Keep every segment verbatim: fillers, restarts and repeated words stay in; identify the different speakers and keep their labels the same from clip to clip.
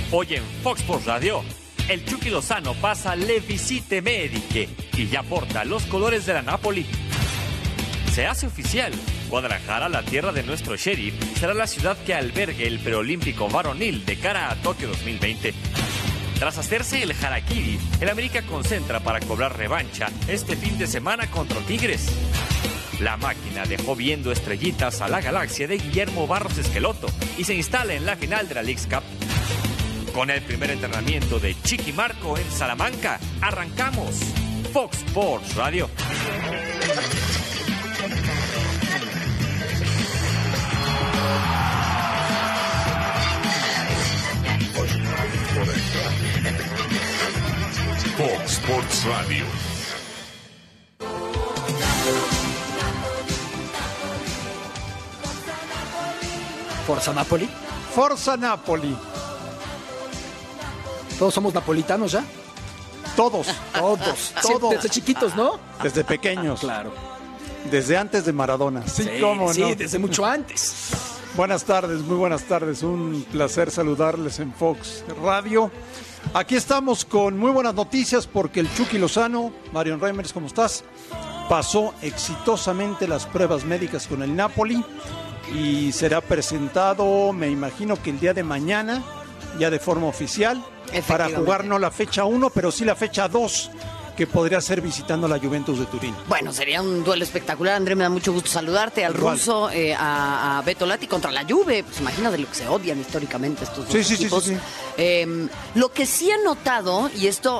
Speaker 1: Hoy en Fox Sports Radio, el Chucky Lozano pasa le visite mediche y ya porta los colores de la Napoli. Se hace oficial, Guadalajara, la tierra de nuestro sheriff, será la ciudad que albergue el preolímpico varonil de cara a Tokio dos mil veinte. Tras hacerse el harakiri, el América concentra para cobrar revancha este fin de semana contra Tigres. La máquina dejó viendo estrellitas a la galaxia de Guillermo Barros Esqueloto y se instala en la final de la Leagues Cup. Con el primer entrenamiento de Chiqui Marco en Salamanca, arrancamos Fox Sports Radio.
Speaker 2: Fox Sports Radio.
Speaker 3: Forza Napoli.
Speaker 4: Forza Napoli.
Speaker 3: Todos somos napolitanos ya.
Speaker 4: Todos,
Speaker 3: Todos,
Speaker 4: todos.
Speaker 3: todos. Desde chiquitos, ¿no?
Speaker 4: Desde pequeños.
Speaker 3: Claro.
Speaker 4: Desde antes de Maradona. Sí,
Speaker 3: Sí,
Speaker 4: cómo
Speaker 3: sí,
Speaker 4: no.
Speaker 3: desde mucho antes.
Speaker 4: Buenas tardes, muy buenas tardes. Un placer saludarles en Fox Radio. Aquí estamos con muy buenas noticias porque el Chucky Lozano, Marion Reimers, ¿cómo estás? Pasó exitosamente las pruebas médicas con el Napoli y será presentado, me imagino que el día de mañana, ya de forma oficial, para jugar no la fecha uno, pero sí la fecha dos, que podría ser visitando la Juventus de Turín.
Speaker 5: Bueno, sería un duelo espectacular, André, me da mucho gusto saludarte, al
Speaker 4: Igual.
Speaker 5: ruso, eh, a, a Beto Lati contra la Juve. Pues imagínate lo que se odian históricamente estos dos
Speaker 4: Sí, sí, sí,
Speaker 5: equipos.
Speaker 4: sí, sí.
Speaker 5: Eh, lo que sí he notado, y esto,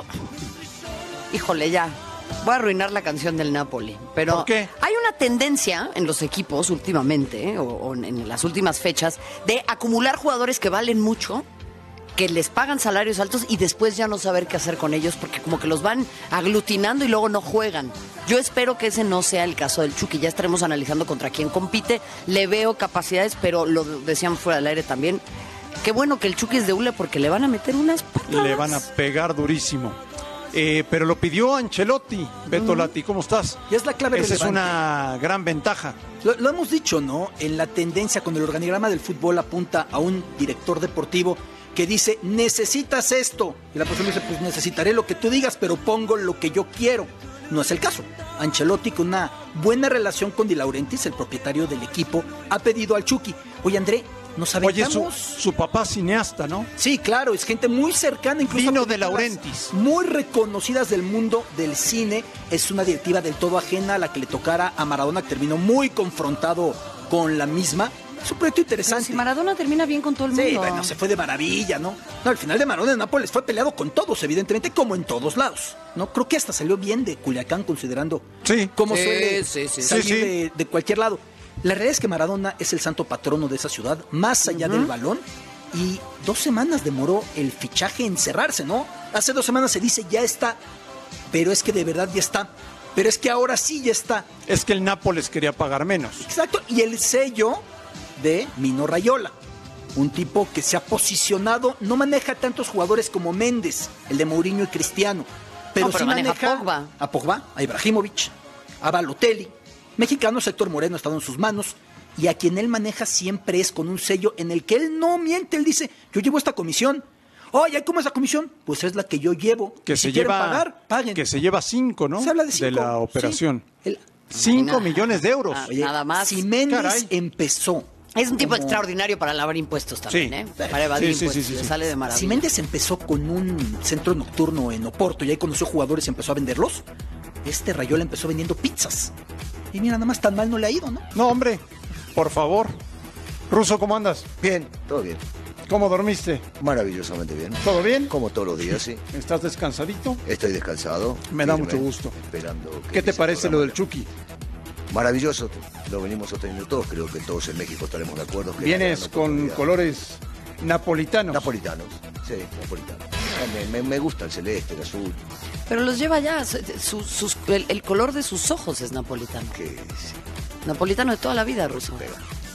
Speaker 5: híjole, ya, voy a arruinar la canción del Napoli, pero
Speaker 4: ¿Por qué?
Speaker 5: hay una tendencia en los equipos últimamente, eh, o, o en las últimas fechas, de acumular jugadores que valen mucho, que les pagan salarios altos y después ya no saber qué hacer con ellos porque como que los van aglutinando y luego no juegan. Yo espero que ese no sea el caso del Chucky. Ya estaremos analizando contra quién compite. Le veo capacidades, pero lo decíamos fuera del aire también. Qué bueno que el Chucky es de hule porque le van a meter unas patadas.
Speaker 4: Le van a pegar durísimo. Eh, pero lo pidió Ancelotti. Beto
Speaker 3: Mm.
Speaker 4: Lati, ¿cómo estás?
Speaker 3: Y es la clave
Speaker 4: Esa es
Speaker 3: relevante.
Speaker 4: una gran ventaja.
Speaker 3: Lo, lo hemos dicho, ¿no? En la tendencia, cuando el organigrama del fútbol apunta a un director deportivo que dice, necesitas esto. Y la persona dice, pues necesitaré lo que tú digas, pero pongo lo que yo quiero. No es el caso. Ancelotti, con una buena relación con Di Laurentiis, el propietario del equipo, ha pedido al Chucky. Oye, André, nos
Speaker 4: Oye, su,
Speaker 3: aventamos...
Speaker 4: su papá cineasta, ¿no?
Speaker 3: Sí, claro, es gente muy cercana, incluso
Speaker 4: Vino
Speaker 3: a
Speaker 4: de
Speaker 3: películas
Speaker 4: Laurentiis.
Speaker 3: muy reconocidas del mundo del cine. Es una directiva del todo ajena a la que le tocara a Maradona, que terminó muy confrontado con la misma. Es un proyecto
Speaker 5: Pero
Speaker 3: interesante.
Speaker 5: si Maradona termina bien con todo el mundo.
Speaker 3: Sí, bueno, se fue de maravilla, ¿no? No, al final de Maradona en Nápoles fue peleado con todos, evidentemente, como en todos lados, ¿no? Creo que hasta salió bien de Culiacán, considerando
Speaker 4: Sí.
Speaker 3: cómo
Speaker 5: Sí,
Speaker 3: suele
Speaker 5: sí, sí.
Speaker 3: salir
Speaker 4: Sí, sí.
Speaker 3: De, de cualquier lado. La realidad es que Maradona es el santo patrono de esa ciudad, más allá del balón, y dos semanas demoró el fichaje en cerrarse, ¿no? Hace dos semanas se dice, ya está, pero es que de verdad ya está, pero es que ahora sí ya está.
Speaker 4: Es que el Nápoles quería pagar menos.
Speaker 3: Exacto, y el sello de Mino Raiola, un tipo que se ha posicionado, no maneja tantos jugadores como Méndez, el de Mourinho y Cristiano, pero,
Speaker 5: No, pero
Speaker 3: sí
Speaker 5: maneja
Speaker 3: maneja
Speaker 5: a Pogba.
Speaker 3: a Pogba, a Ibrahimovic, a Balotelli, mexicano, Héctor Moreno ha estado en sus manos, y a quien él maneja siempre es con un sello en el que él no miente, él dice, yo llevo esta comisión. Oye, ¿cómo es la comisión? Pues es la que yo llevo.
Speaker 4: Que
Speaker 3: si
Speaker 4: se
Speaker 3: quieren
Speaker 4: lleva
Speaker 3: pagar, paguen.
Speaker 4: que se lleva cinco, ¿no?
Speaker 3: Se habla de cinco.
Speaker 4: la operación.
Speaker 3: Sí. El-
Speaker 4: Cinco
Speaker 5: Nada.
Speaker 4: millones de euros.
Speaker 5: Ah,
Speaker 3: Oye,
Speaker 5: Nada más.
Speaker 3: Si Méndez
Speaker 4: Caray.
Speaker 3: empezó...
Speaker 5: Es un tipo
Speaker 3: como-
Speaker 5: extraordinario para lavar impuestos también,
Speaker 4: Sí.
Speaker 5: ¿eh? Para evadir
Speaker 4: Sí, sí,
Speaker 5: impuestos.
Speaker 4: sí, sí,
Speaker 5: Le
Speaker 4: sí.
Speaker 5: sale de maravilla.
Speaker 3: Si Méndez empezó con un centro nocturno en Oporto y ahí conoció jugadores y empezó a venderlos, este Rayola empezó vendiendo pizzas. Y mira, nada más tan mal no le ha ido, ¿no?
Speaker 4: No, hombre, por favor. Ruso, ¿cómo andas?
Speaker 6: Bien, todo bien.
Speaker 4: ¿Cómo dormiste?
Speaker 6: Maravillosamente bien.
Speaker 4: ¿Todo bien?
Speaker 6: Como todos los días, sí.
Speaker 4: ¿Estás descansadito?
Speaker 6: Estoy descansado.
Speaker 4: Me da
Speaker 6: firme,
Speaker 4: mucho gusto.
Speaker 6: Esperando. que
Speaker 4: ¿Qué te
Speaker 6: inicie
Speaker 4: parece
Speaker 6: el
Speaker 4: lo del
Speaker 6: programa.
Speaker 4: Chucky?
Speaker 6: Maravilloso. Lo venimos sosteniendo todos. Creo que todos en México estaremos de acuerdo. que
Speaker 4: Vienes
Speaker 6: la gran
Speaker 4: con
Speaker 6: oportunidad.
Speaker 4: colores napolitanos.
Speaker 6: Napolitanos. Sí, napolitanos. Me, me- me gusta el celeste, el azul.
Speaker 5: Pero los lleva ya. su- sus- el, el color de sus ojos es napolitano.
Speaker 6: Que sí,
Speaker 5: Napolitano de toda la vida, ruso.
Speaker 6: pega.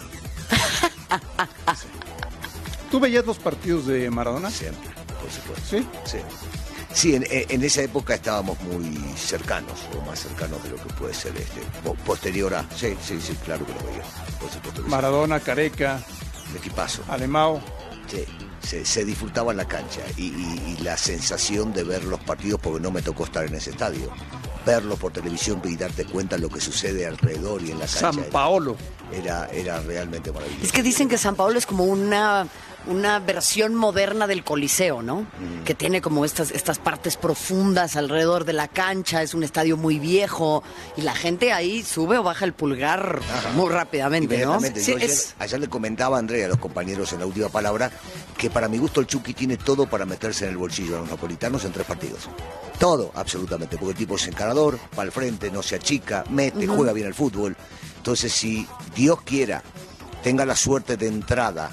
Speaker 4: ¿Tú veías los partidos de Maradona?
Speaker 6: Siempre, por supuesto.
Speaker 4: ¿Sí?
Speaker 6: Sí. Sí, en, en esa época estábamos muy cercanos, o más cercanos de lo que puede ser este po- posterior a. Sí, sí, sí, claro que lo veía. Por supuesto que sí.
Speaker 4: Maradona, Careca,
Speaker 6: Un equipazo.
Speaker 4: Alemão.
Speaker 6: Sí, Se, se disfrutaba en la cancha y, y, y la sensación de ver los partidos, porque no me tocó estar en ese estadio, verlo por televisión y darte cuenta de lo que sucede alrededor y en la cancha.
Speaker 4: San Paolo.
Speaker 6: Era, era realmente maravilloso.
Speaker 5: Es que dicen que San Paolo es como una, una versión moderna del Coliseo, ¿no? Mm. Que tiene como estas, estas partes profundas alrededor de la cancha, es un estadio muy viejo y la gente ahí sube o baja el pulgar Ajá. muy rápidamente, ¿no?
Speaker 6: Sí, ayer, es... ayer le comentaba a Andrea, a los compañeros en la última palabra, que para mi gusto el Chucky tiene todo para meterse en el bolsillo de los napolitanos en tres partidos. Todo, absolutamente, porque el tipo es encarador, va al frente, no se achica, mete, uh-huh. juega bien el fútbol. Entonces, si Dios quiera, tenga la suerte de entrada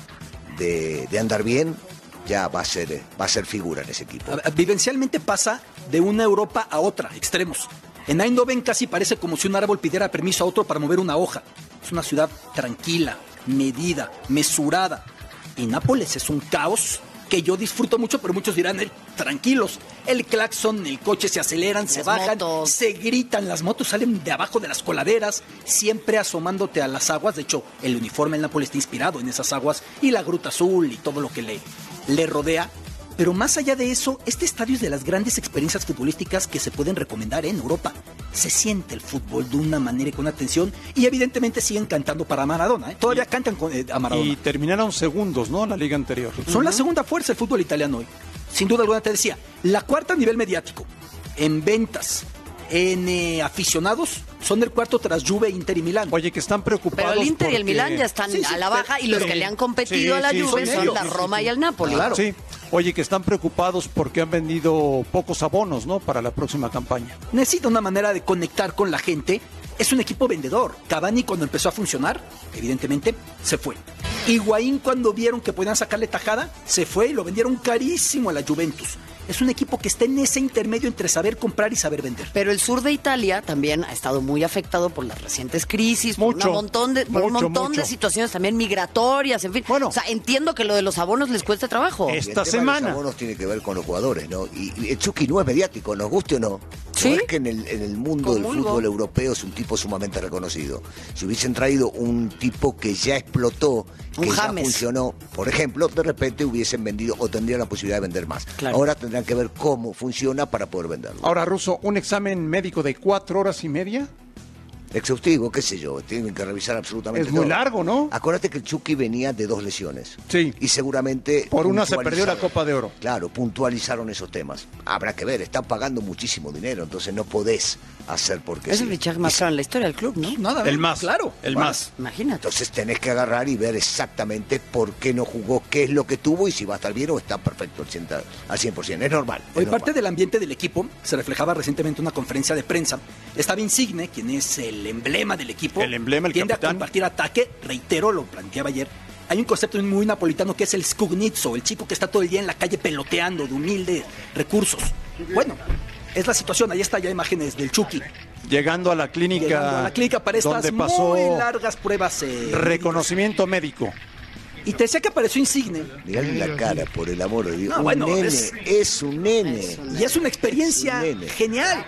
Speaker 6: de, de andar bien, ya va a ser va a ser figura en ese equipo.
Speaker 3: Vivencialmente pasa de una Europa a otra, extremos. En Eindhoven casi parece como si un árbol pidiera permiso a otro para mover una hoja. Es una ciudad tranquila, medida, mesurada. Y Nápoles es un caos que yo disfruto mucho, pero muchos dirán, eh, tranquilos, el claxon, el coche se aceleran, las se bajan, motos. Se gritan, las motos salen de abajo de las coladeras, siempre asomándote a las aguas. De hecho, el uniforme del Nápoles está inspirado en esas aguas y la Gruta Azul y todo lo que le, le rodea. Pero más allá de eso, este estadio es de las grandes experiencias futbolísticas que se pueden recomendar en Europa. Se siente el fútbol de una manera y con atención y evidentemente siguen cantando para Maradona. ¿eh? Todavía y, cantan con, eh, a Maradona.
Speaker 4: Y terminaron segundos, ¿no? La liga anterior.
Speaker 3: Son uh-huh. la segunda fuerza del fútbol italiano hoy. Sin duda alguna, te decía, la cuarta a nivel mediático, en ventas, en eh, aficionados, son el cuarto tras Juve, Inter y Milán.
Speaker 4: Oye, que están preocupados.
Speaker 5: Pero el Inter
Speaker 4: porque...
Speaker 5: y el Milán ya están sí, sí, a la baja y los sí, que le han competido sí, a la sí, Juve son, son la Roma sí, sí. y el Napoli.
Speaker 4: Claro. Sí. Oye, que están preocupados porque han vendido pocos abonos, ¿no? Para la próxima campaña.
Speaker 3: Necesita una manera de conectar con la gente. Es un equipo vendedor. Cavani, cuando empezó a funcionar, evidentemente, se fue. Higuaín, cuando vieron que podían sacarle tajada, se fue y lo vendieron carísimo a la Juventus. Es un equipo que está en ese intermedio entre saber comprar y saber vender.
Speaker 5: Pero el sur de Italia también ha estado muy afectado por las recientes crisis,
Speaker 4: mucho,
Speaker 5: por, un montón de, por
Speaker 4: mucho,
Speaker 5: un montón
Speaker 4: mucho.
Speaker 5: de situaciones también migratorias, en fin.
Speaker 4: Bueno,
Speaker 5: o sea, entiendo que lo de los abonos les cuesta trabajo.
Speaker 4: Esta
Speaker 6: el
Speaker 4: semana.
Speaker 6: Tema de los abonos tiene que ver con los jugadores, ¿no? Y, y el Chucky no es mediático, nos guste o no.
Speaker 5: ¿Sí?
Speaker 6: No es que en el, en el mundo del fútbol europeo es un tipo sumamente reconocido. Si hubiesen traído un tipo que ya explotó, que
Speaker 5: un
Speaker 6: ya
Speaker 5: James.
Speaker 6: funcionó, por ejemplo, de repente hubiesen vendido o tendrían la posibilidad de vender más. Claro. Ahora tendrán que ver cómo funciona para poder venderlo.
Speaker 4: Ahora, Russo, un examen médico de cuatro horas y media.
Speaker 6: Exhaustivo, qué sé yo, tienen que revisar absolutamente
Speaker 4: todo. Es muy
Speaker 6: todo.
Speaker 4: largo, ¿no?
Speaker 6: Acuérdate que el Chucky venía de dos lesiones.
Speaker 4: Sí.
Speaker 6: Y seguramente...
Speaker 4: Por una se perdió la Copa de Oro.
Speaker 6: Claro, puntualizaron esos temas. Habrá que ver, están pagando muchísimo dinero, entonces no podés hacer porque...
Speaker 5: Es
Speaker 6: sí.
Speaker 5: el fichaje más caro en la historia del club, ¿no?
Speaker 3: Nada,
Speaker 4: el más,
Speaker 3: claro.
Speaker 4: El más. más.
Speaker 5: Imagínate.
Speaker 6: Entonces tenés que agarrar y ver exactamente por qué no jugó, qué es lo que tuvo y si va a estar bien o está perfecto al cien por ciento. Es normal. Es
Speaker 3: Hoy
Speaker 6: normal.
Speaker 3: parte del ambiente del equipo se reflejaba recientemente en una conferencia de prensa. Estaba Insigne, quien es el emblema del equipo.
Speaker 4: El emblema, el
Speaker 3: tiende
Speaker 4: capitán.
Speaker 3: a compartir ataque, reitero, lo planteaba ayer. Hay un concepto muy napolitano que es el scugnizzo, el chico que está todo el día en la calle peloteando de humildes recursos. Bueno, es la situación, ahí está ya imágenes del Chucky.
Speaker 4: Llegando a la clínica,
Speaker 3: Llegando a la clínica para estas
Speaker 4: donde pasó
Speaker 3: muy largas pruebas. Eh,
Speaker 4: reconocimiento médico.
Speaker 3: Y te decía que apareció Insigne.
Speaker 6: Mirale la cara, por el amor de Dios.
Speaker 3: No,
Speaker 6: un
Speaker 3: bueno,
Speaker 6: nene,
Speaker 3: es,
Speaker 6: es un nene.
Speaker 3: Es un nene. Y es una experiencia es un genial.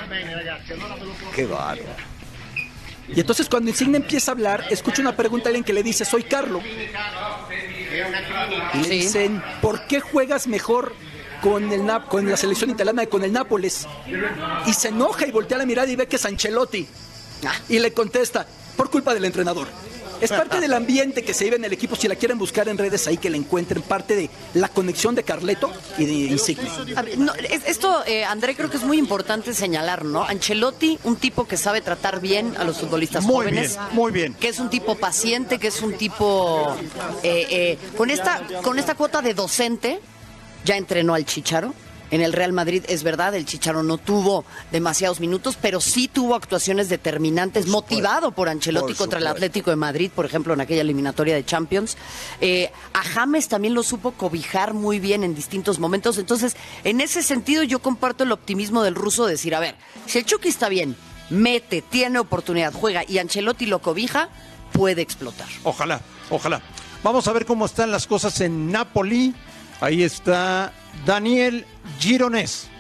Speaker 6: Qué bárbaro.
Speaker 3: Y entonces cuando Insigne empieza a hablar, escucha una pregunta a alguien que le dice, soy Carlo. Y le dicen, ¿por qué juegas mejor con, el Nap- con la selección italiana y con el Nápoles? Y se enoja y voltea la mirada y ve que es Ancelotti. Y le contesta, por culpa del entrenador. Es parte del ambiente que se vive en el equipo. Si la quieren buscar en redes, ahí que la encuentren. Parte de la conexión de Carleto y de Insigne.
Speaker 5: A ver, no, esto, eh, André, creo que es muy importante señalar, ¿no? Ancelotti, un tipo que sabe tratar bien a los futbolistas
Speaker 4: muy
Speaker 5: jóvenes.
Speaker 4: Bien, muy bien.
Speaker 5: Que es un tipo paciente, que es un tipo... Eh, eh, con, esta, con esta cuota de docente, ya entrenó al Chicharo. En el Real Madrid, es verdad, el Chicharo no tuvo demasiados minutos, pero sí tuvo actuaciones determinantes, por motivado por Ancelotti por contra el Atlético de Madrid, por ejemplo, en aquella eliminatoria de Champions. Eh, a James también lo supo cobijar muy bien en distintos momentos. Entonces, en ese sentido, yo comparto el optimismo del ruso de decir, a ver, si el Chucky está bien, mete, tiene oportunidad, juega y Ancelotti lo cobija, puede explotar.
Speaker 4: Ojalá, ojalá. Vamos a ver cómo están las cosas en Napoli. Ahí está Daniel Gironès.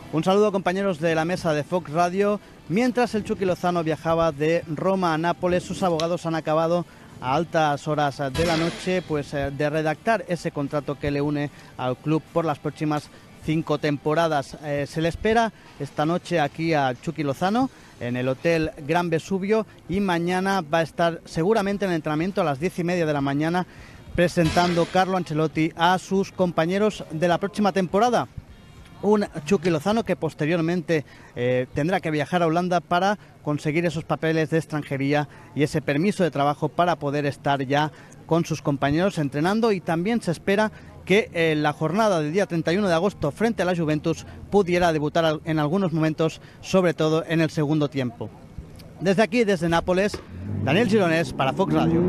Speaker 7: Un saludo, compañeros de la mesa de Fox Radio. Mientras el Chucky Lozano viajaba de Roma a Nápoles, sus abogados han acabado a altas horas de la noche pues de redactar ese contrato que le une al club por las próximas cinco temporadas. Eh, se le espera esta noche aquí a Chucky Lozano en el Hotel Gran Vesubio y mañana va a estar seguramente en el entrenamiento a las diez y media de la mañana presentando Carlo Ancelotti a sus compañeros de la próxima temporada. Un Chucky Lozano que posteriormente eh, tendrá que viajar a Holanda para conseguir esos papeles de extranjería y ese permiso de trabajo para poder estar ya con sus compañeros entrenando, y también se espera que en eh, la jornada del día treinta y uno de agosto frente a la Juventus pudiera debutar en algunos momentos, sobre todo en el segundo tiempo. Desde aquí, desde Nápoles, Daniel Gironés para Fox Radio.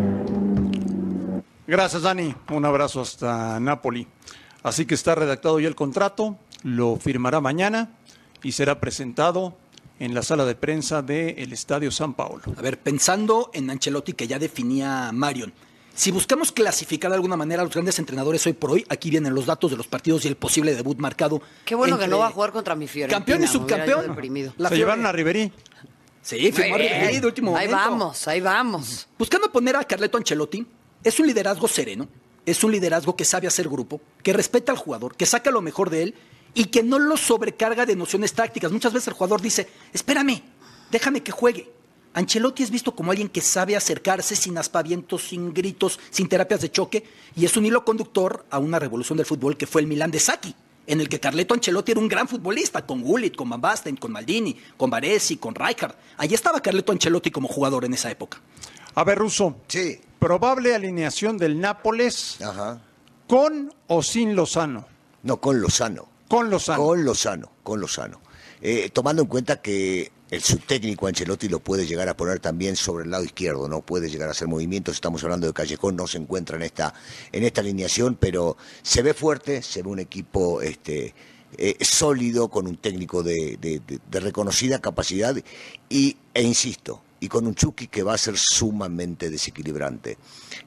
Speaker 4: Gracias, Dani. Un abrazo hasta Nápoli. Así que está redactado ya el contrato, lo firmará mañana y será presentado en la sala de prensa del Estadio San Paolo.
Speaker 3: A ver, pensando en Ancelotti, que ya definía Marion, si buscamos clasificar de alguna manera a los grandes entrenadores hoy por hoy, aquí vienen los datos de los partidos y el posible debut marcado.
Speaker 5: Qué bueno que no va a jugar contra mi Fiorentina.
Speaker 3: Campeón y subcampeón.
Speaker 4: La Se llevaron a Ribéry.
Speaker 3: Sí, firmó a Ribéry de último
Speaker 5: ahí
Speaker 3: momento.
Speaker 5: Ahí vamos, ahí vamos.
Speaker 3: Buscando poner a Carleto Ancelotti, es un liderazgo sereno. Es un liderazgo que sabe hacer grupo, que respeta al jugador, que saca lo mejor de él y que no lo sobrecarga de nociones tácticas. Muchas veces el jugador dice, espérame, déjame que juegue. Ancelotti es visto como alguien que sabe acercarse sin aspavientos, sin gritos, sin terapias de choque, y es un hilo conductor a una revolución del fútbol que fue el Milan de Sacchi, en el que Carleto Ancelotti era un gran futbolista, con Gullit, con Van Basten, con Maldini, con Baresi, con Rijkaard. Allí estaba Carleto Ancelotti como jugador en esa época.
Speaker 4: A ver, Russo.
Speaker 6: Sí.
Speaker 4: Probable alineación del Nápoles.
Speaker 6: Ajá.
Speaker 4: ¿Con o sin Lozano?
Speaker 6: No, con Lozano.
Speaker 4: Con Lozano.
Speaker 6: Con Lozano, con Lozano. Eh, tomando en cuenta que el subtécnico Ancelotti lo puede llegar a poner también sobre el lado izquierdo, no puede llegar a hacer movimientos. Estamos hablando de Callejón, no se encuentra en esta, en esta alineación, pero se ve fuerte, se ve un equipo este, eh, sólido, con un técnico de, de, de, de reconocida capacidad y, e insisto, y con un Chucky que va a ser sumamente desequilibrante.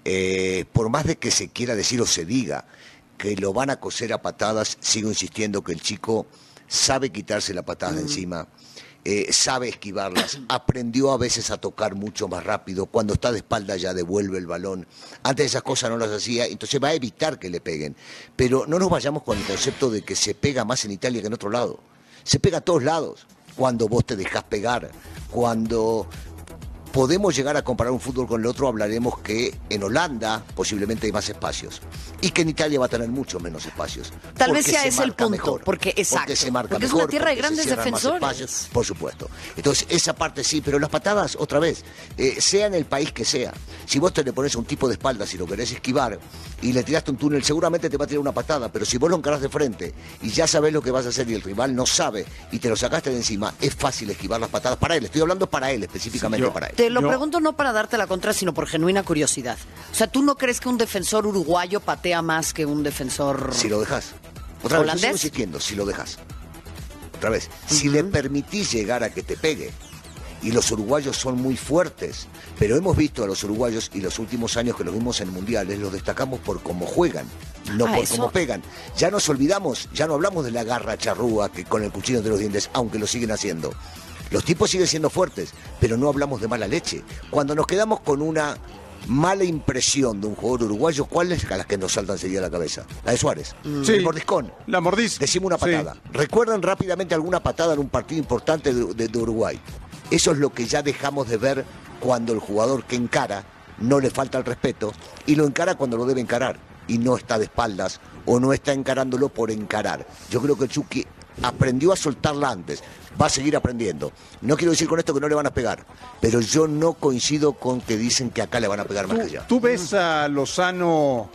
Speaker 6: Eh, por más de que se quiera decir o se diga que lo van a coser a patadas, sigo insistiendo que el chico sabe quitarse la patada de encima, eh, sabe esquivarlas, aprendió a veces a tocar mucho más rápido, cuando está de espalda ya devuelve el balón, antes esas cosas no las hacía, entonces va a evitar que le peguen. Pero no nos vayamos con el concepto de que se pega más en Italia que en otro lado, se pega a todos lados, cuando vos te dejás pegar, cuando... Podemos llegar a comparar un fútbol con el otro, hablaremos que en Holanda posiblemente hay más espacios y que en Italia va a tener mucho menos espacios.
Speaker 5: Tal vez sea ese el punto, mejor, porque exacto,
Speaker 6: porque se marca
Speaker 5: porque
Speaker 6: mejor,
Speaker 5: es una tierra de grandes defensores.
Speaker 6: Espacios, por supuesto. Entonces esa parte sí, pero las patadas, otra vez, eh, sea en el país que sea, si vos te le pones a un tipo de espaldas y lo querés esquivar y le tiraste un túnel, seguramente te va a tirar una patada, pero si vos lo encarás de frente y ya sabés lo que vas a hacer y el rival no sabe y te lo sacaste de encima, es fácil esquivar las patadas para él. Estoy hablando para él, específicamente
Speaker 4: sí, yo,
Speaker 6: para él.
Speaker 5: Te lo
Speaker 4: yo,
Speaker 5: pregunto no para darte la contra, sino por genuina curiosidad. O sea, ¿tú no crees que un defensor uruguayo patea más que un defensor
Speaker 6: si lo dejas? Otra
Speaker 5: holandés?
Speaker 6: vez, yo sigo insistiendo, si lo dejas. Otra vez, uh-huh. Si le permitís llegar a que te pegue, y los uruguayos son muy fuertes, pero hemos visto a los uruguayos y los últimos años que los vimos en mundiales, los destacamos por cómo juegan, no
Speaker 5: ah,
Speaker 6: por
Speaker 5: eso...
Speaker 6: cómo pegan. Ya nos olvidamos, ya no hablamos de la garra charrúa que con el cuchillo entre los dientes, aunque lo siguen haciendo. Los tipos siguen siendo fuertes, pero no hablamos de mala leche. Cuando nos quedamos con una mala impresión de un jugador uruguayo, ¿cuál es la que nos salta enseguida a la cabeza? La de Suárez.
Speaker 4: Sí,
Speaker 6: el mordiscón.
Speaker 4: La mordisca.
Speaker 6: Decimos una patada. Sí. ¿Recuerdan rápidamente alguna patada en un partido importante de, de, de Uruguay? Eso es lo que ya dejamos de ver cuando el jugador que encara no le falta el respeto y lo encara cuando lo debe encarar y no está de espaldas o no está encarándolo por encarar. Yo creo que el Chucky aprendió a soltarla antes, va a seguir aprendiendo. No quiero decir con esto que no le van a pegar, pero yo no coincido con que dicen que acá le van a pegar más que allá.
Speaker 4: ¿Tú ves a Lozano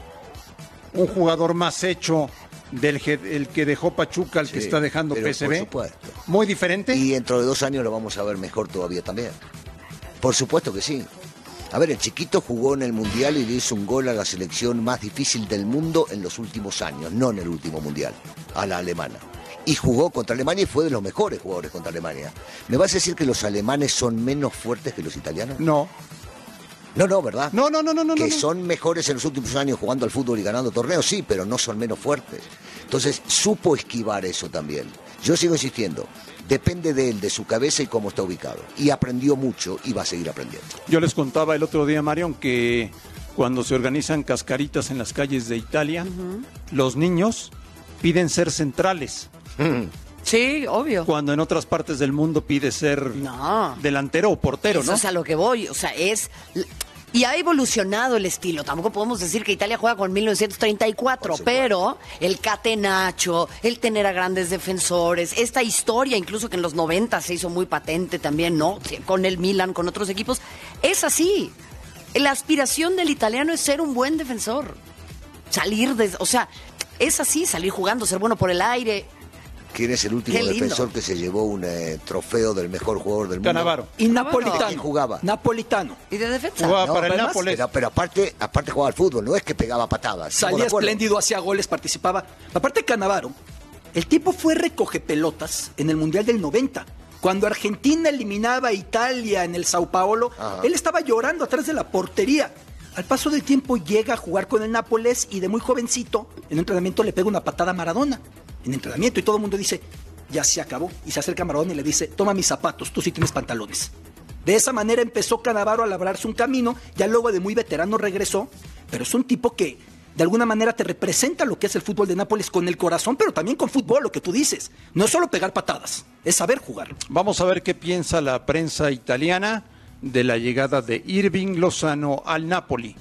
Speaker 4: un jugador más hecho del el que dejó Pachuca al sí, que está dejando P S V?
Speaker 6: Por supuesto.
Speaker 4: ¿Muy diferente?
Speaker 6: Y dentro de dos años lo vamos a ver mejor todavía también. Por supuesto que sí. A ver, el chiquito jugó en el Mundial y le hizo un gol a la selección más difícil del mundo en los últimos años, no en el último Mundial, a la alemana. Y jugó contra Alemania y fue de los mejores jugadores contra Alemania. ¿Me vas a decir que los alemanes son menos fuertes que los italianos?
Speaker 4: No.
Speaker 6: No, no, ¿verdad?
Speaker 4: No, no, no, no. no
Speaker 6: que
Speaker 4: no.
Speaker 6: son mejores en los últimos años jugando al fútbol y ganando torneos, sí, pero no son menos fuertes. Entonces, supo esquivar eso también. Yo sigo insistiendo, depende de él, de su cabeza y cómo está ubicado. Y aprendió mucho y va a seguir aprendiendo.
Speaker 4: Yo les contaba el otro día, Marion, que cuando se organizan cascaritas en las calles de Italia, uh-huh. los niños piden ser centrales.
Speaker 5: Sí, obvio.
Speaker 4: Cuando en otras partes del mundo pide ser
Speaker 5: no.
Speaker 4: delantero o portero,
Speaker 5: Eso
Speaker 4: ¿no?
Speaker 5: es a lo que voy, o sea, es... Y ha evolucionado el estilo. Tampoco podemos decir que Italia juega con mil novecientos treinta y cuatro, pero el catenaccio, el tener a grandes defensores, esta historia incluso que en los noventa se hizo muy patente también, ¿no? Con el Milan, con otros equipos, es así. La aspiración del italiano es ser un buen defensor. Salir de... O sea, es así, salir jugando, ser bueno por el aire...
Speaker 6: ¿Quién es el último defensor que se llevó un eh, trofeo del mejor jugador del mundo?
Speaker 4: Cannavaro.
Speaker 3: Y Napolitano.
Speaker 6: ¿Quién jugaba?
Speaker 3: Napolitano.
Speaker 5: ¿Y de defensa?
Speaker 4: Jugaba
Speaker 6: no,
Speaker 4: para el
Speaker 6: pero,
Speaker 4: Nápoles.
Speaker 6: Pero, pero aparte, aparte jugaba al fútbol, no es que pegaba patadas.
Speaker 3: Salía espléndido, hacía goles, participaba. Aparte Cannavaro, el tipo fue recoge pelotas en el Mundial del noventa. Cuando Argentina eliminaba a Italia en el Sao Paulo, Ajá. él estaba llorando atrás de la portería. Al paso del tiempo llega a jugar con el Nápoles y de muy jovencito, en un entrenamiento le pega una patada a Maradona. En entrenamiento y todo el mundo dice... ya se acabó, y se acerca a Maradona y le dice, toma mis zapatos, tú sí tienes pantalones. De esa manera empezó Cannavaro a labrarse un camino, ya luego de muy veterano regresó, pero es un tipo que de alguna manera te representa lo que es el fútbol de Nápoles con el corazón, pero también con fútbol, lo que tú dices. No es solo pegar patadas, es saber jugar.
Speaker 4: Vamos a ver qué piensa la prensa italiana de la llegada de Irving Lozano al Napoli.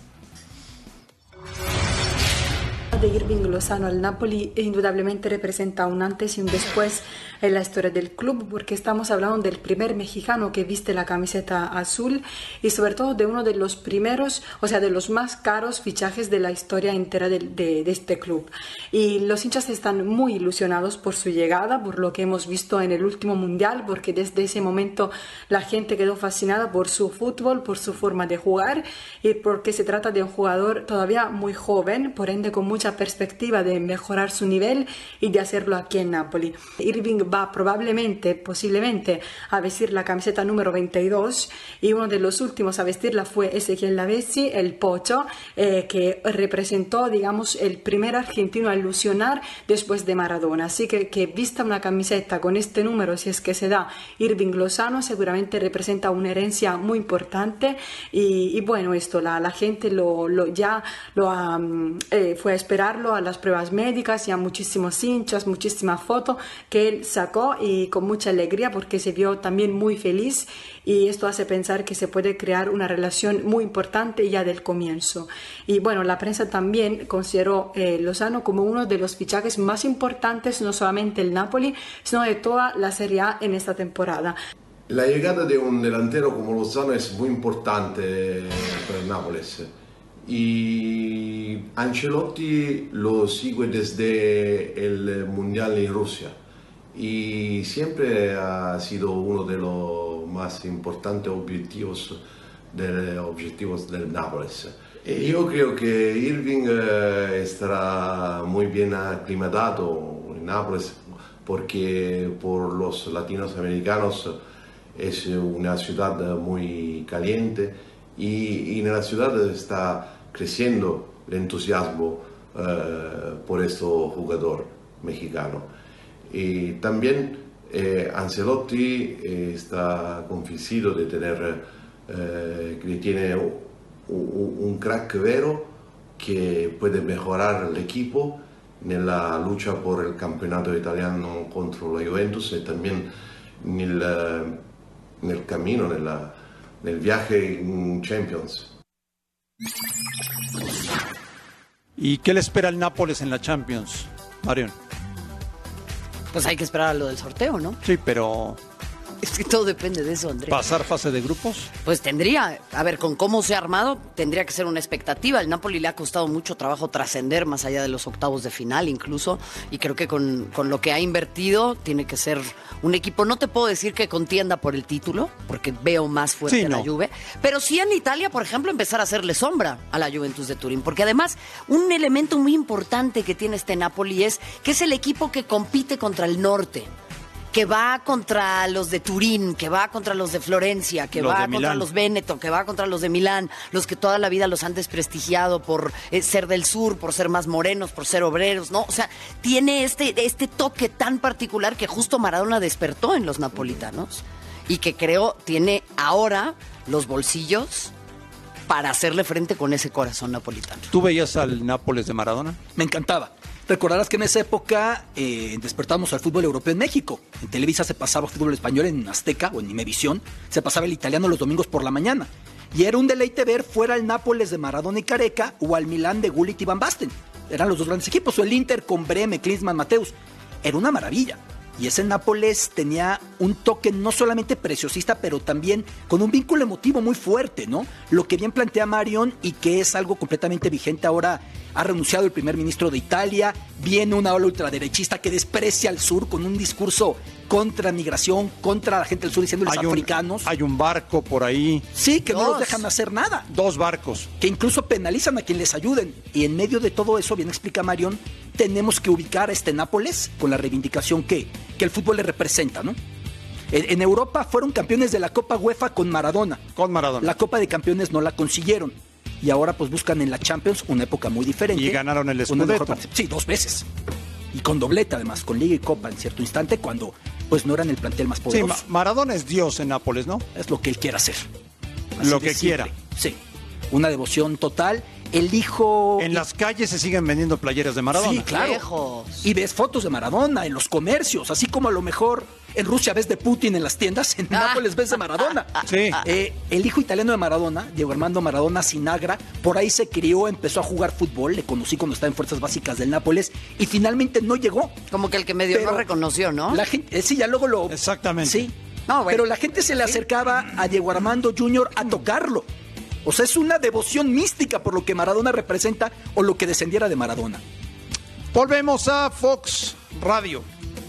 Speaker 8: De Irving Lozano al Napoli indudablemente representa un antes y un después en la historia del club, porque estamos hablando del primer mexicano que viste la camiseta azul y sobre todo de uno de los primeros, o sea, de los más caros fichajes de la historia entera de, de, de este club. Y los hinchas están muy ilusionados por su llegada, por lo que hemos visto en el último mundial, porque desde ese momento la gente quedó fascinada por su fútbol, por su forma de jugar y porque se trata de un jugador todavía muy joven, por ende con mucha perspectiva de mejorar su nivel y de hacerlo aquí en Napoli. Irving va probablemente, posiblemente, a vestir la camiseta número veintidós y uno de los últimos a vestirla fue Ezequiel Lavezzi, el Pocho, eh, que representó, digamos, el primer argentino a ilusionar después de Maradona. Así que que vista una camiseta con este número, si es que se da Irving Lozano, seguramente representa una herencia muy importante y, y bueno, esto la, la gente lo, lo ya lo um, eh, fue a esperarlo a las pruebas médicas y a muchísimos hinchas, muchísimas fotos que él sacó y con mucha alegría porque se vio también muy feliz y esto hace pensar que se puede crear una relación muy importante ya del comienzo. Y bueno, la prensa también consideró eh, Lozano como uno de los fichajes más importantes, no solamente el Napoli, sino de toda la Serie A en esta temporada.
Speaker 9: La llegada de un delantero como Lozano es muy importante para el Nápoles. Y Ancelotti lo sigue desde el Mundial en Rusia y siempre ha sido uno de los más importantes objetivos del, objetivos del Nápoles. Y yo creo que Irving eh, estará muy bien aclimatado en Nápoles porque por los latinos americanos es una ciudad muy caliente y, y en la ciudad está creciendo el entusiasmo eh, por este jugador mexicano. Y también eh, Ancelotti eh, está convencido de tener, eh, que tiene un, un crack vero que puede mejorar el equipo en la lucha por el campeonato italiano contra la Juventus y también en el, en el camino, en la, en el viaje en Champions.
Speaker 4: ¿Y qué le espera al Nápoles en la Champions, Marion?
Speaker 5: Pues hay que esperar a lo del sorteo, ¿no?
Speaker 4: Sí, pero...
Speaker 5: Es que todo depende de eso, Andrés.
Speaker 4: ¿Pasar fase de grupos?
Speaker 5: Pues tendría, a ver, con cómo se ha armado, tendría que ser una expectativa. El Napoli le ha costado mucho trabajo trascender más allá de los octavos de final incluso, y creo que con, con lo que ha invertido tiene que ser un equipo, no te puedo decir que contienda por el título, porque veo más fuerte
Speaker 4: sí,
Speaker 5: a
Speaker 4: no.
Speaker 5: la Juve, pero sí en Italia, por ejemplo, empezar a hacerle sombra a la Juventus de Turín, porque además un elemento muy importante que tiene este Napoli es que es el equipo que compite contra el norte. que va contra los de Turín, que va contra los de Florencia, que
Speaker 4: Los
Speaker 5: va
Speaker 4: de
Speaker 5: contra
Speaker 4: Milán.
Speaker 5: los Benetton, que va contra los de Milán, los que toda la vida los han desprestigiado por eh, ser del sur, por ser más morenos, por ser obreros, ¿no? O sea, tiene este, este toque tan particular que justo Maradona despertó en los napolitanos y que creo tiene ahora los bolsillos para hacerle frente con ese corazón napolitano.
Speaker 4: ¿Tú veías al Nápoles de Maradona?
Speaker 3: Me encantaba. Recordarás que en esa época eh, despertamos al fútbol europeo en México. En Televisa se pasaba fútbol español en Azteca o en Imevisión. Se pasaba el italiano los domingos por la mañana. Y era un deleite ver fuera al Nápoles de Maradona y Careca o al Milán de Gullit y Van Basten. Eran los dos grandes equipos. O el Inter con Breme, Klinsmann, Mateus. Era una maravilla. Y ese Nápoles tenía un toque no solamente preciosista, pero también con un vínculo emotivo muy fuerte, ¿no? Lo que bien plantea Marion y que es algo completamente vigente ahora. Ha renunciado el primer ministro de Italia, viene una ola ultraderechista que desprecia al sur con un discurso contra migración, contra la gente del sur, diciéndoles
Speaker 4: Hay un-
Speaker 3: africanos.
Speaker 4: Hay un barco por ahí.
Speaker 3: Sí, que no
Speaker 5: Dos.
Speaker 3: los dejan hacer nada.
Speaker 4: Dos barcos.
Speaker 3: Que incluso penalizan a quien les ayuden. Y en medio de todo eso, bien explica Marion, tenemos que ubicar a este Nápoles con la reivindicación que, que el fútbol le representa, ¿no? En, en Europa fueron campeones de la Copa UEFA con Maradona.
Speaker 4: Con Maradona.
Speaker 3: La Copa de Campeones no la consiguieron. Y ahora pues buscan en la Champions una época muy diferente.
Speaker 4: Y ganaron el
Speaker 3: Una mejor
Speaker 4: Scudetto.
Speaker 3: participación. Sí, dos veces. Y con doblete además, con Liga y Copa en cierto instante, cuando pues no eran el plantel más
Speaker 4: Sí,
Speaker 3: poderoso.
Speaker 4: Ma- Maradona es Dios en Nápoles, ¿no?
Speaker 3: Es lo que él quiera hacer.
Speaker 4: Lo
Speaker 3: de
Speaker 4: que quiera.
Speaker 3: simple. Sí, una devoción total. El hijo...
Speaker 4: En las calles se siguen vendiendo playeras de Maradona.
Speaker 3: Sí, claro.
Speaker 5: Lejos.
Speaker 3: Y ves fotos de Maradona en los comercios, así como a lo mejor en Rusia ves de Putin en las tiendas, en Nápoles ves de Maradona.
Speaker 4: Sí.
Speaker 3: Eh, el hijo italiano de Maradona, Diego Armando Maradona Sinagra, por ahí se crió, empezó a jugar fútbol, le conocí cuando estaba en Fuerzas Básicas del Nápoles y finalmente no llegó.
Speaker 5: Como que el que medio
Speaker 3: Pero
Speaker 5: no reconoció, ¿no?
Speaker 3: La gente, eh, sí, ya luego lo...
Speaker 4: Exactamente.
Speaker 3: Sí.
Speaker 5: No, bueno.
Speaker 3: Pero la gente se le acercaba a Diego Armando junior a tocarlo. O sea, es una devoción mística por lo que Maradona representa o lo que descendiera de Maradona.
Speaker 4: Volvemos a Fox Radio.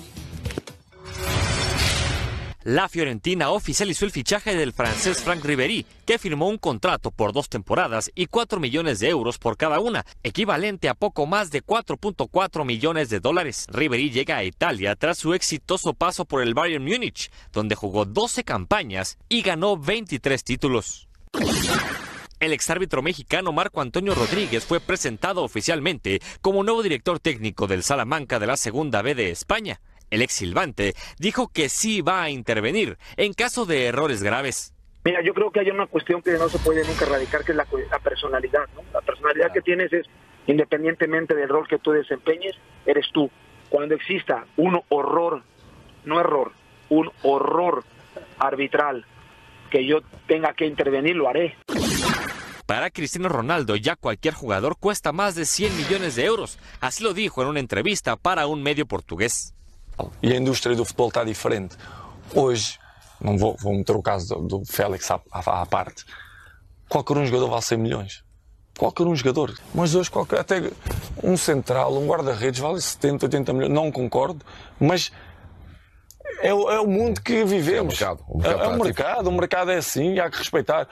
Speaker 1: La Fiorentina oficializó el fichaje del francés Franck Ribéry, que firmó un contrato por dos temporadas y cuatro millones de euros por cada una, equivalente a poco más de cuatro punto cuatro millones de dólares. Ribéry llega a Italia tras su exitoso paso por el Bayern Múnich, donde jugó doce campañas y ganó veintitrés títulos. El exárbitro mexicano Marco Antonio Rodríguez fue presentado oficialmente como nuevo director técnico del Salamanca de la Segunda B de España. El ex silbante dijo que sí va a intervenir en caso de errores graves.
Speaker 10: Mira, yo creo que hay una cuestión que no se puede nunca erradicar, que es la, la personalidad, ¿no? La personalidad que tienes es, independientemente del rol que tú desempeñes, eres tú. Cuando exista un horror, no error, un horror arbitral que yo tenga que intervenir, lo haré.
Speaker 1: Para Cristiano Ronaldo, ya cualquier jugador cuesta más de cien millones de euros. Así lo dijo en una entrevista para un medio portugués.
Speaker 11: E a indústria do futebol está diferente. Hoje, não vou, vou meter o caso do, do Félix à, à, à parte, qualquer um jogador vale cem milhões. Qualquer um jogador. Mas hoje qualquer, até um central, um guarda-redes vale setenta, oitenta milhões. Não concordo, mas é, o- é o mundo que vivemos.
Speaker 2: É o mercado. O mercado
Speaker 11: é, é o
Speaker 2: está
Speaker 11: mercado, o mercado é assim e há que respeitar.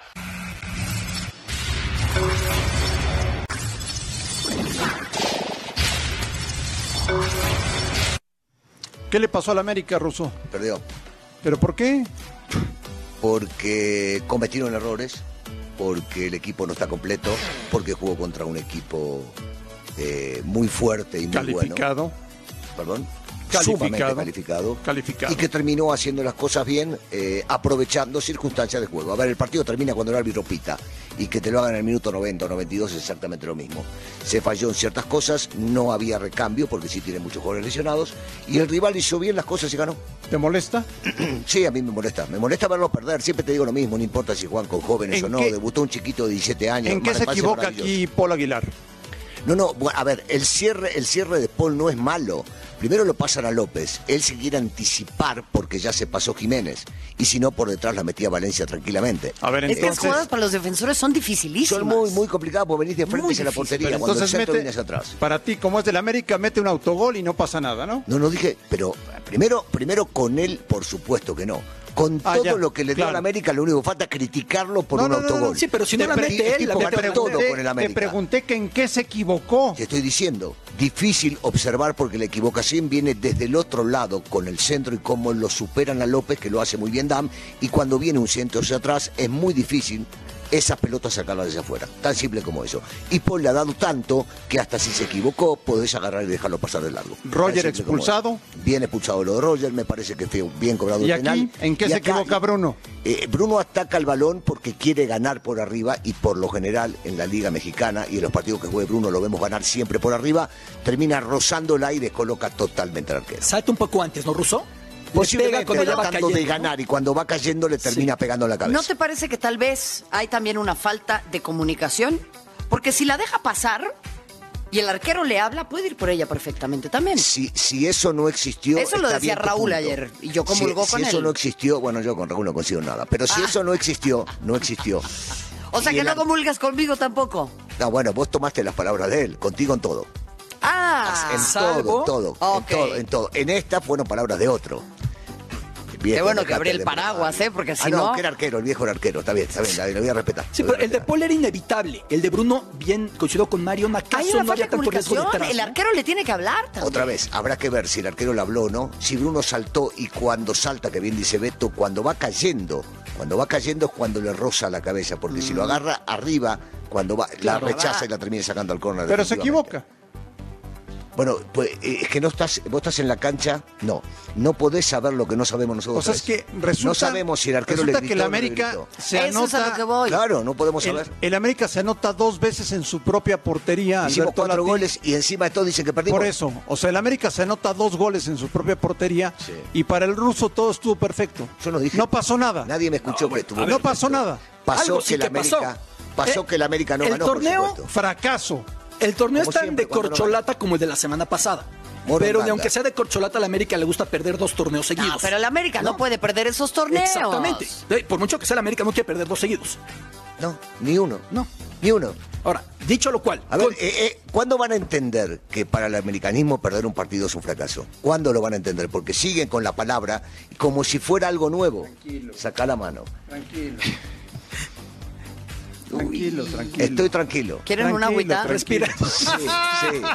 Speaker 4: ¿Qué le pasó al América, Russo?
Speaker 6: Perdió.
Speaker 4: ¿Pero por qué?
Speaker 6: Porque cometieron errores, porque el equipo no está completo, porque jugó contra un equipo eh, muy fuerte y muy
Speaker 4: Calificado.
Speaker 6: bueno. Perdón.
Speaker 4: Calificado.
Speaker 6: Sumamente calificado.
Speaker 4: Calificado.
Speaker 6: Y que terminó haciendo las cosas bien, eh, aprovechando circunstancias de juego. A ver, el partido termina cuando el árbitro pita, y que te lo hagan en el minuto noventa o noventa y dos es exactamente lo mismo. Se falló en ciertas cosas, no había recambio, porque sí tiene muchos jugadores lesionados, y el rival hizo bien las cosas y ganó.
Speaker 4: ¿Te molesta?
Speaker 6: Sí, a mí me molesta. Me molesta verlo perder. Siempre te digo lo mismo, no importa si juegan con jóvenes
Speaker 4: ¿En
Speaker 6: o no.
Speaker 4: qué-
Speaker 6: Debutó un chiquito de diecisiete años.
Speaker 4: ¿En qué
Speaker 6: me
Speaker 4: se
Speaker 6: parece
Speaker 4: equivoca
Speaker 6: maravilloso.
Speaker 4: aquí Paul Aguilar?
Speaker 6: No, no, bueno, a ver, el cierre, el cierre de Paul no es malo. Primero lo pasan a López. Él se quiere anticipar porque ya se pasó Jiménez. Y si no, por detrás la metía Valencia tranquilamente.
Speaker 4: A ver,
Speaker 5: Es que las jugadas para los defensores son dificilísimas.
Speaker 6: Son muy, muy complicadas porque venís de frente
Speaker 5: Muy
Speaker 6: hacia la
Speaker 5: difícil.
Speaker 6: portería.
Speaker 4: Pero
Speaker 6: Cuando el
Speaker 4: entonces
Speaker 6: centro
Speaker 4: mete,
Speaker 6: viene hacia atrás.
Speaker 4: para ti, como es del América, mete un autogol y no pasa nada, ¿no?
Speaker 6: No, no dije, pero primero, primero con él, por supuesto que no. Con
Speaker 4: Ah,
Speaker 6: todo
Speaker 4: ya,
Speaker 6: lo que le dio
Speaker 4: claro.
Speaker 6: a la América, lo único que falta es criticarlo por
Speaker 4: No,
Speaker 6: un
Speaker 4: no, no,
Speaker 6: autogol.
Speaker 4: no,
Speaker 3: sí, pero si no
Speaker 6: Te
Speaker 3: la
Speaker 6: pre-
Speaker 3: mete
Speaker 6: el
Speaker 3: él,
Speaker 6: tipo
Speaker 3: la mete
Speaker 6: ganó
Speaker 3: el
Speaker 6: todo
Speaker 3: otro.
Speaker 6: con el
Speaker 4: Te
Speaker 6: América.
Speaker 4: pregunté que en qué se equivocó.
Speaker 6: Te estoy diciendo, difícil observar porque la equivocación viene desde el otro lado con el centro y cómo lo superan a López, que lo hace muy bien Dam, y cuando viene un centro hacia atrás es muy difícil esas pelotas sacarlas desde afuera. Tan simple como eso. Y Paul le ha dado tanto que hasta si se equivocó podés agarrar y dejarlo pasar de largo.
Speaker 4: Roger
Speaker 6: Tan simple como
Speaker 4: expulsado.
Speaker 6: eso. Bien expulsado lo de Roger, me parece que fue bien cobrado
Speaker 4: ¿Y
Speaker 6: el penal.
Speaker 4: aquí en qué
Speaker 6: Y
Speaker 4: se
Speaker 6: acá,
Speaker 4: equivoca Bruno?
Speaker 6: eh, Bruno ataca el balón porque quiere ganar por arriba y por lo general en la Liga Mexicana y en los partidos que juegue Bruno lo vemos ganar siempre por arriba, termina rozando el aire y descoloca totalmente al arquero.
Speaker 3: Salta un poco antes, ¿no, Russo? Le
Speaker 6: Posiblemente
Speaker 3: pega cuando ya va
Speaker 6: tratando de
Speaker 3: cayendo, ¿no?
Speaker 6: ganar y cuando va cayendo le termina pegando en la cabeza.
Speaker 5: ¿No te parece que tal vez hay también una falta de comunicación? Porque si la deja pasar y el arquero le habla, puede ir por ella perfectamente también.
Speaker 6: Si, si eso no existió...
Speaker 5: Eso lo
Speaker 6: está
Speaker 5: decía
Speaker 6: bien tu
Speaker 5: Raúl
Speaker 6: punto.
Speaker 5: ayer, y yo
Speaker 6: Si-
Speaker 5: comulgó
Speaker 6: si
Speaker 5: con
Speaker 6: eso
Speaker 5: él.
Speaker 6: no existió, bueno, yo con Raúl no consigo nada, pero si
Speaker 5: Ah.
Speaker 6: eso no existió, no existió.
Speaker 5: O sea
Speaker 6: Y
Speaker 5: que
Speaker 6: el
Speaker 5: no
Speaker 6: ar-
Speaker 5: comulgas conmigo tampoco.
Speaker 6: No, bueno, vos tomaste las palabras de él, contigo en todo.
Speaker 5: Ah,
Speaker 6: en
Speaker 3: salvo-
Speaker 6: todo, todo,
Speaker 5: Ok.
Speaker 6: en todo, en todo. En esta fueron palabras de otro. Viejo,
Speaker 5: qué bueno que
Speaker 6: dejate
Speaker 5: abrí el
Speaker 6: de-
Speaker 5: paraguas, ¿eh? Porque si
Speaker 6: ah, no,
Speaker 5: no...
Speaker 6: que era arquero, el viejo era arquero, está bien, está bien, lo voy a respetar.
Speaker 3: Sí,
Speaker 6: lo voy a
Speaker 3: pero el de
Speaker 6: respetar.
Speaker 3: Paul era inevitable. El de Bruno, bien coincidió con Mario,
Speaker 5: Hay
Speaker 3: ¿acaso
Speaker 5: una
Speaker 3: no
Speaker 5: falta
Speaker 3: había
Speaker 5: de
Speaker 3: tanto riesgo
Speaker 5: comunicación.
Speaker 3: detrás?
Speaker 5: El
Speaker 3: ¿no?
Speaker 5: arquero le tiene que hablar también.
Speaker 6: Otra vez, habrá que ver si el arquero le habló o no. Si Bruno saltó y cuando salta, que bien dice Beto, cuando va cayendo, cuando va cayendo es cuando le roza la cabeza, porque si lo agarra arriba, cuando va,
Speaker 3: Claro,
Speaker 6: la rechaza
Speaker 5: va.
Speaker 6: y la termina sacando al córner.
Speaker 4: Pero se
Speaker 6: definitivamente.
Speaker 4: equivoca.
Speaker 6: Bueno, pues eh, es que no estás, vos estás en la cancha, no, no podés saber lo que no sabemos nosotros.
Speaker 4: O sea, es que resulta,
Speaker 6: no sabemos si el arquero le
Speaker 4: resulta
Speaker 6: gritó
Speaker 4: que el
Speaker 6: o no le
Speaker 4: América
Speaker 6: gritó.
Speaker 4: se
Speaker 5: Eso es a lo
Speaker 4: anota...
Speaker 5: que voy.
Speaker 6: Claro, no podemos
Speaker 4: El,
Speaker 6: saber.
Speaker 4: el América se anota dos veces en su propia portería.
Speaker 6: Hicimos
Speaker 4: Alberto
Speaker 6: cuatro
Speaker 4: Lati.
Speaker 6: goles y encima de todo dicen que perdimos.
Speaker 4: Por eso, o sea, el América se anota dos goles en su propia portería
Speaker 6: Sí.
Speaker 4: y para el ruso todo estuvo perfecto.
Speaker 6: Yo no dije.
Speaker 4: No pasó nada.
Speaker 6: Nadie me escuchó
Speaker 3: No,
Speaker 6: que
Speaker 3: bueno,
Speaker 6: estuvo
Speaker 3: a ver,
Speaker 4: No pasó nada.
Speaker 6: Pasó
Speaker 3: Algo
Speaker 6: que
Speaker 3: sí
Speaker 6: la
Speaker 3: que pasó.
Speaker 6: América pasó
Speaker 3: Eh,
Speaker 6: que la América no
Speaker 3: el
Speaker 6: ganó,
Speaker 3: torneo-
Speaker 6: por supuesto.
Speaker 4: Fracaso.
Speaker 3: El torneo
Speaker 6: Como
Speaker 3: está
Speaker 6: siempre,
Speaker 3: de
Speaker 6: cuando no
Speaker 3: corcholata como el de la semana pasada.
Speaker 6: Morón
Speaker 3: pero
Speaker 6: banda.
Speaker 3: de aunque sea de corcholata, a la América le gusta perder dos torneos seguidos.
Speaker 5: No, pero el América no,
Speaker 3: ¿No?
Speaker 5: puede perder esos torneos.
Speaker 3: Exactamente. Eh, Por mucho que sea, la América no quiere perder dos seguidos.
Speaker 6: No, ni uno.
Speaker 3: No.
Speaker 6: Ni uno.
Speaker 3: Ahora, dicho lo cual,
Speaker 6: A ver,
Speaker 3: con-
Speaker 6: eh, eh, ¿cuándo van a entender que para el americanismo perder un partido es un fracaso? ¿Cuándo lo van a entender? Porque siguen con la palabra como si fuera algo nuevo.
Speaker 4: Tranquilo.
Speaker 6: Saca la mano.
Speaker 4: Tranquilo. Tranquilo, tranquilo.
Speaker 6: Estoy tranquilo.
Speaker 5: ¿Quieren una
Speaker 4: Tranquilo,
Speaker 5: agüita?
Speaker 4: tranquilo.
Speaker 3: respira.
Speaker 6: Sí, sí.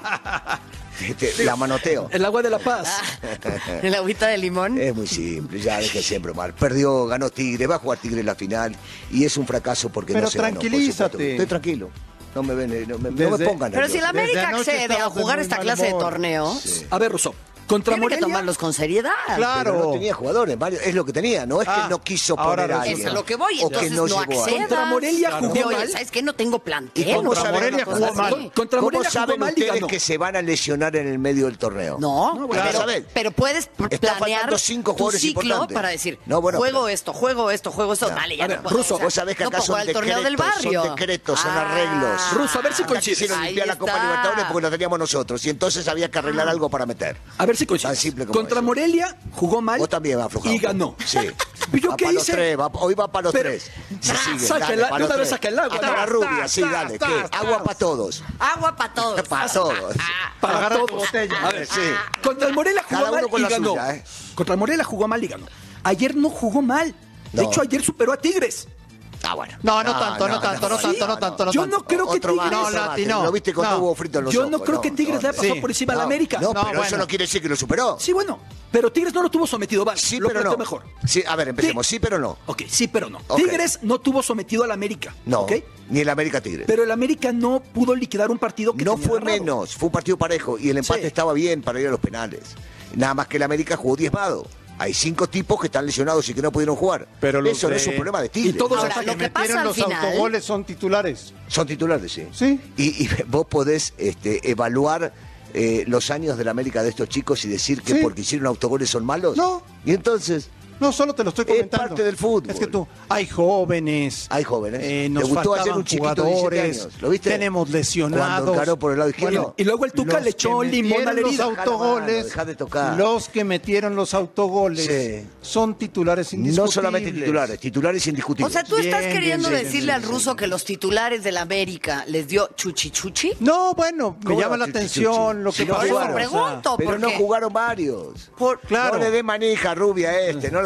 Speaker 6: Este, la manoteo.
Speaker 3: El agua de la paz.
Speaker 5: ¿El agüita de limón?
Speaker 6: Es muy simple, ya dejé siempre mal. Perdió, ganó Tigre, va a jugar Tigre en la final y es un fracaso porque
Speaker 4: Pero
Speaker 6: no se ganó. por
Speaker 4: tranquilízate.
Speaker 6: supuesto. Estoy tranquilo. No me ven, no me, no me
Speaker 4: Desde-
Speaker 6: pongan
Speaker 5: Pero si el
Speaker 6: nervioso.
Speaker 5: América
Speaker 4: Desde anoche
Speaker 5: accede a
Speaker 4: estabas de
Speaker 5: jugar
Speaker 4: muy
Speaker 5: esta
Speaker 4: mal
Speaker 5: clase de
Speaker 4: humor.
Speaker 5: torneos,
Speaker 3: A ver, Russo, contra
Speaker 5: tiene que
Speaker 3: Morelia...
Speaker 5: tomarlos con seriedad.
Speaker 4: Claro.
Speaker 6: Pero no tenía jugadores, Mario, es lo que tenía, no es
Speaker 4: Ah,
Speaker 6: que no quiso
Speaker 4: ahora
Speaker 6: poner a
Speaker 4: resulta.
Speaker 6: alguien.
Speaker 5: Es a lo que voy,
Speaker 6: o
Speaker 5: entonces
Speaker 6: que
Speaker 5: no,
Speaker 6: no, llegó a
Speaker 5: accedas.
Speaker 6: alguien.
Speaker 3: Contra Morelia
Speaker 5: Claro.
Speaker 3: jugó
Speaker 5: De, oye,
Speaker 3: mal.
Speaker 5: ¿sabes qué? No tengo plantel.
Speaker 6: ¿Y cómo
Speaker 5: no
Speaker 6: saben,
Speaker 4: Morelia
Speaker 5: puedo
Speaker 4: jugó
Speaker 5: hacer
Speaker 4: mal.
Speaker 5: así.
Speaker 3: Contra
Speaker 6: ¿Cómo
Speaker 3: Morelia jugó
Speaker 6: saben
Speaker 3: mal y
Speaker 6: ustedes
Speaker 3: ganó.
Speaker 6: que se van a lesionar en el medio del torneo?
Speaker 5: No,
Speaker 3: No, bueno,
Speaker 5: pero,
Speaker 6: ¿sabes?
Speaker 5: pero puedes p-
Speaker 6: Está
Speaker 5: planear
Speaker 6: faltando cinco
Speaker 5: tu
Speaker 6: jugadores
Speaker 5: ciclo
Speaker 6: importantes.
Speaker 5: para decir,
Speaker 6: No, bueno,
Speaker 5: juego
Speaker 6: pero-
Speaker 5: esto, juego esto, juego esto.
Speaker 6: No.
Speaker 5: Vale, ya
Speaker 3: A ver,
Speaker 5: no puedo.
Speaker 3: Russo,
Speaker 5: o sea,
Speaker 6: Vos sabés que
Speaker 5: no
Speaker 6: acá
Speaker 5: puedo
Speaker 6: son
Speaker 5: jugar el torneo del
Speaker 6: decretos,
Speaker 5: barrio.
Speaker 6: son decretos, son
Speaker 5: Ah.
Speaker 6: arreglos.
Speaker 3: Russo, a ver si
Speaker 6: Acá
Speaker 3: coincides.
Speaker 6: quisieron
Speaker 5: Ahí
Speaker 6: limpiar la Copa
Speaker 5: está.
Speaker 6: Libertadores porque la teníamos nosotros y entonces había que arreglar
Speaker 5: Ah.
Speaker 6: algo para meter.
Speaker 3: A ver si
Speaker 6: Tan
Speaker 3: coincides.
Speaker 6: simple como
Speaker 3: Contra
Speaker 6: eso.
Speaker 3: Morelia jugó mal
Speaker 6: Vos también aflojado.
Speaker 3: y ganó.
Speaker 6: Sí.
Speaker 3: ¿Yo
Speaker 6: va
Speaker 3: qué
Speaker 6: para los
Speaker 3: hice?
Speaker 6: tres, va- hoy va para los
Speaker 3: Pero-
Speaker 6: tres. Se
Speaker 3: Ah,
Speaker 6: sigue,
Speaker 3: saca
Speaker 6: dale,
Speaker 3: el a-
Speaker 6: para
Speaker 3: de
Speaker 6: los
Speaker 3: una vez
Speaker 6: tres.
Speaker 3: saca el agua.
Speaker 6: Hasta la
Speaker 4: Tas,
Speaker 6: rubia,
Speaker 4: tas,
Speaker 6: sí,
Speaker 4: tas,
Speaker 6: dale.
Speaker 4: tas,
Speaker 6: ¿Qué?
Speaker 4: tas.
Speaker 6: Agua para todos.
Speaker 5: Agua para todos.
Speaker 6: Para todos.
Speaker 3: Para
Speaker 4: Agarra tu
Speaker 3: todos.
Speaker 4: botella.
Speaker 3: A ver,
Speaker 6: Sí.
Speaker 3: Contra el Morelia jugó
Speaker 6: Cada uno
Speaker 3: mal
Speaker 6: con
Speaker 3: y
Speaker 6: la
Speaker 3: ganó.
Speaker 6: suya, ¿eh?
Speaker 3: Contra el Morelia jugó mal y ganó. Ayer no jugó mal. De
Speaker 6: No.
Speaker 3: hecho, ayer superó a Tigres.
Speaker 6: Ah, bueno.
Speaker 4: No, no tanto, no tanto, no tanto, no tanto, no
Speaker 3: Yo
Speaker 4: tanto.
Speaker 3: no creo que
Speaker 6: Otro más,
Speaker 3: Tigres...
Speaker 4: No,
Speaker 6: otro más.
Speaker 4: Lati, no.
Speaker 6: ¿Lo viste con
Speaker 4: No.
Speaker 6: todo huevo frito en los
Speaker 3: Yo
Speaker 6: ojos?
Speaker 3: no creo que Tigres le haya pasado
Speaker 4: Sí.
Speaker 3: por encima a la
Speaker 6: No,
Speaker 3: América.
Speaker 6: No,
Speaker 4: No,
Speaker 6: pero eso
Speaker 4: bueno.
Speaker 6: no quiere decir que lo superó.
Speaker 3: Sí, bueno. Pero Tigres no lo tuvo sometido mal.
Speaker 6: Sí,
Speaker 3: lo
Speaker 6: pero
Speaker 3: planteó
Speaker 6: no.
Speaker 3: mejor.
Speaker 6: Sí, a ver, empecemos. Sí, pero no.
Speaker 3: Ok, sí, pero no.
Speaker 6: Ok.
Speaker 3: Tigres no tuvo sometido al América.
Speaker 6: No.
Speaker 3: ¿ok?
Speaker 6: Ni el América Tigre.
Speaker 3: Pero el América no pudo liquidar un partido que
Speaker 6: No
Speaker 3: tenía
Speaker 6: fue
Speaker 3: agarrado.
Speaker 6: menos, fue un partido parejo y el empate
Speaker 3: Sí.
Speaker 6: estaba bien para ir a los penales. Nada más que el América jugó diezmado. Hay cinco tipos que están lesionados y que no pudieron jugar.
Speaker 4: Pero los
Speaker 6: eso no
Speaker 4: de-
Speaker 6: es un problema de Tigre.
Speaker 3: Y todos
Speaker 5: Ahora,
Speaker 3: hasta
Speaker 5: lo
Speaker 3: que
Speaker 5: que pasa
Speaker 4: metieron
Speaker 5: al
Speaker 4: los
Speaker 5: final-
Speaker 4: autogoles son titulares.
Speaker 6: Son titulares, sí.
Speaker 4: Sí.
Speaker 6: Y, y vos podés este, evaluar eh, los años de la América de estos chicos y decir que
Speaker 4: Sí.
Speaker 6: porque hicieron autogoles son malos.
Speaker 4: No.
Speaker 6: Y entonces,
Speaker 4: No, solo te lo estoy
Speaker 6: Es
Speaker 4: comentando.
Speaker 6: parte del fútbol.
Speaker 4: Es que tú, hay jóvenes.
Speaker 6: hay jóvenes.
Speaker 4: eh,
Speaker 6: ¿Te
Speaker 4: nos
Speaker 6: gustó ayer
Speaker 4: faltaban
Speaker 6: un chiquito de diecisiete
Speaker 4: jugadores.
Speaker 6: años? ¿Lo viste?
Speaker 4: Tenemos
Speaker 6: Cuando
Speaker 4: lesionados.
Speaker 6: encaró por el lado izquierdo.
Speaker 4: Bueno,
Speaker 3: Y luego el Tuca
Speaker 4: los
Speaker 3: le echó
Speaker 4: que
Speaker 3: limón a la
Speaker 4: metieron
Speaker 3: herida.
Speaker 4: Los
Speaker 6: Deja la mano,
Speaker 4: autogoles,
Speaker 6: deja de tocar.
Speaker 4: los que metieron los autogoles
Speaker 6: Sí.
Speaker 4: son titulares indiscutibles.
Speaker 6: No solamente titulares, titulares indiscutibles.
Speaker 5: O sea, tú estás
Speaker 4: Bien,
Speaker 5: queriendo
Speaker 4: bien, bien,
Speaker 5: decirle
Speaker 4: bien,
Speaker 5: al ruso que los titulares del América les dio chuchichuchi.
Speaker 4: No, bueno, me
Speaker 6: ¿Cómo
Speaker 4: llama
Speaker 6: no,
Speaker 4: la
Speaker 6: chuchi,
Speaker 4: atención
Speaker 6: chuchi?
Speaker 4: lo
Speaker 6: Si
Speaker 4: que
Speaker 6: no
Speaker 4: pasó.
Speaker 5: Por eso
Speaker 6: jugaron.
Speaker 5: pregunto,
Speaker 6: Pero no
Speaker 5: porque
Speaker 6: jugaron varios.
Speaker 5: por-
Speaker 4: Claro.
Speaker 6: No le dé manija rubia a este, no le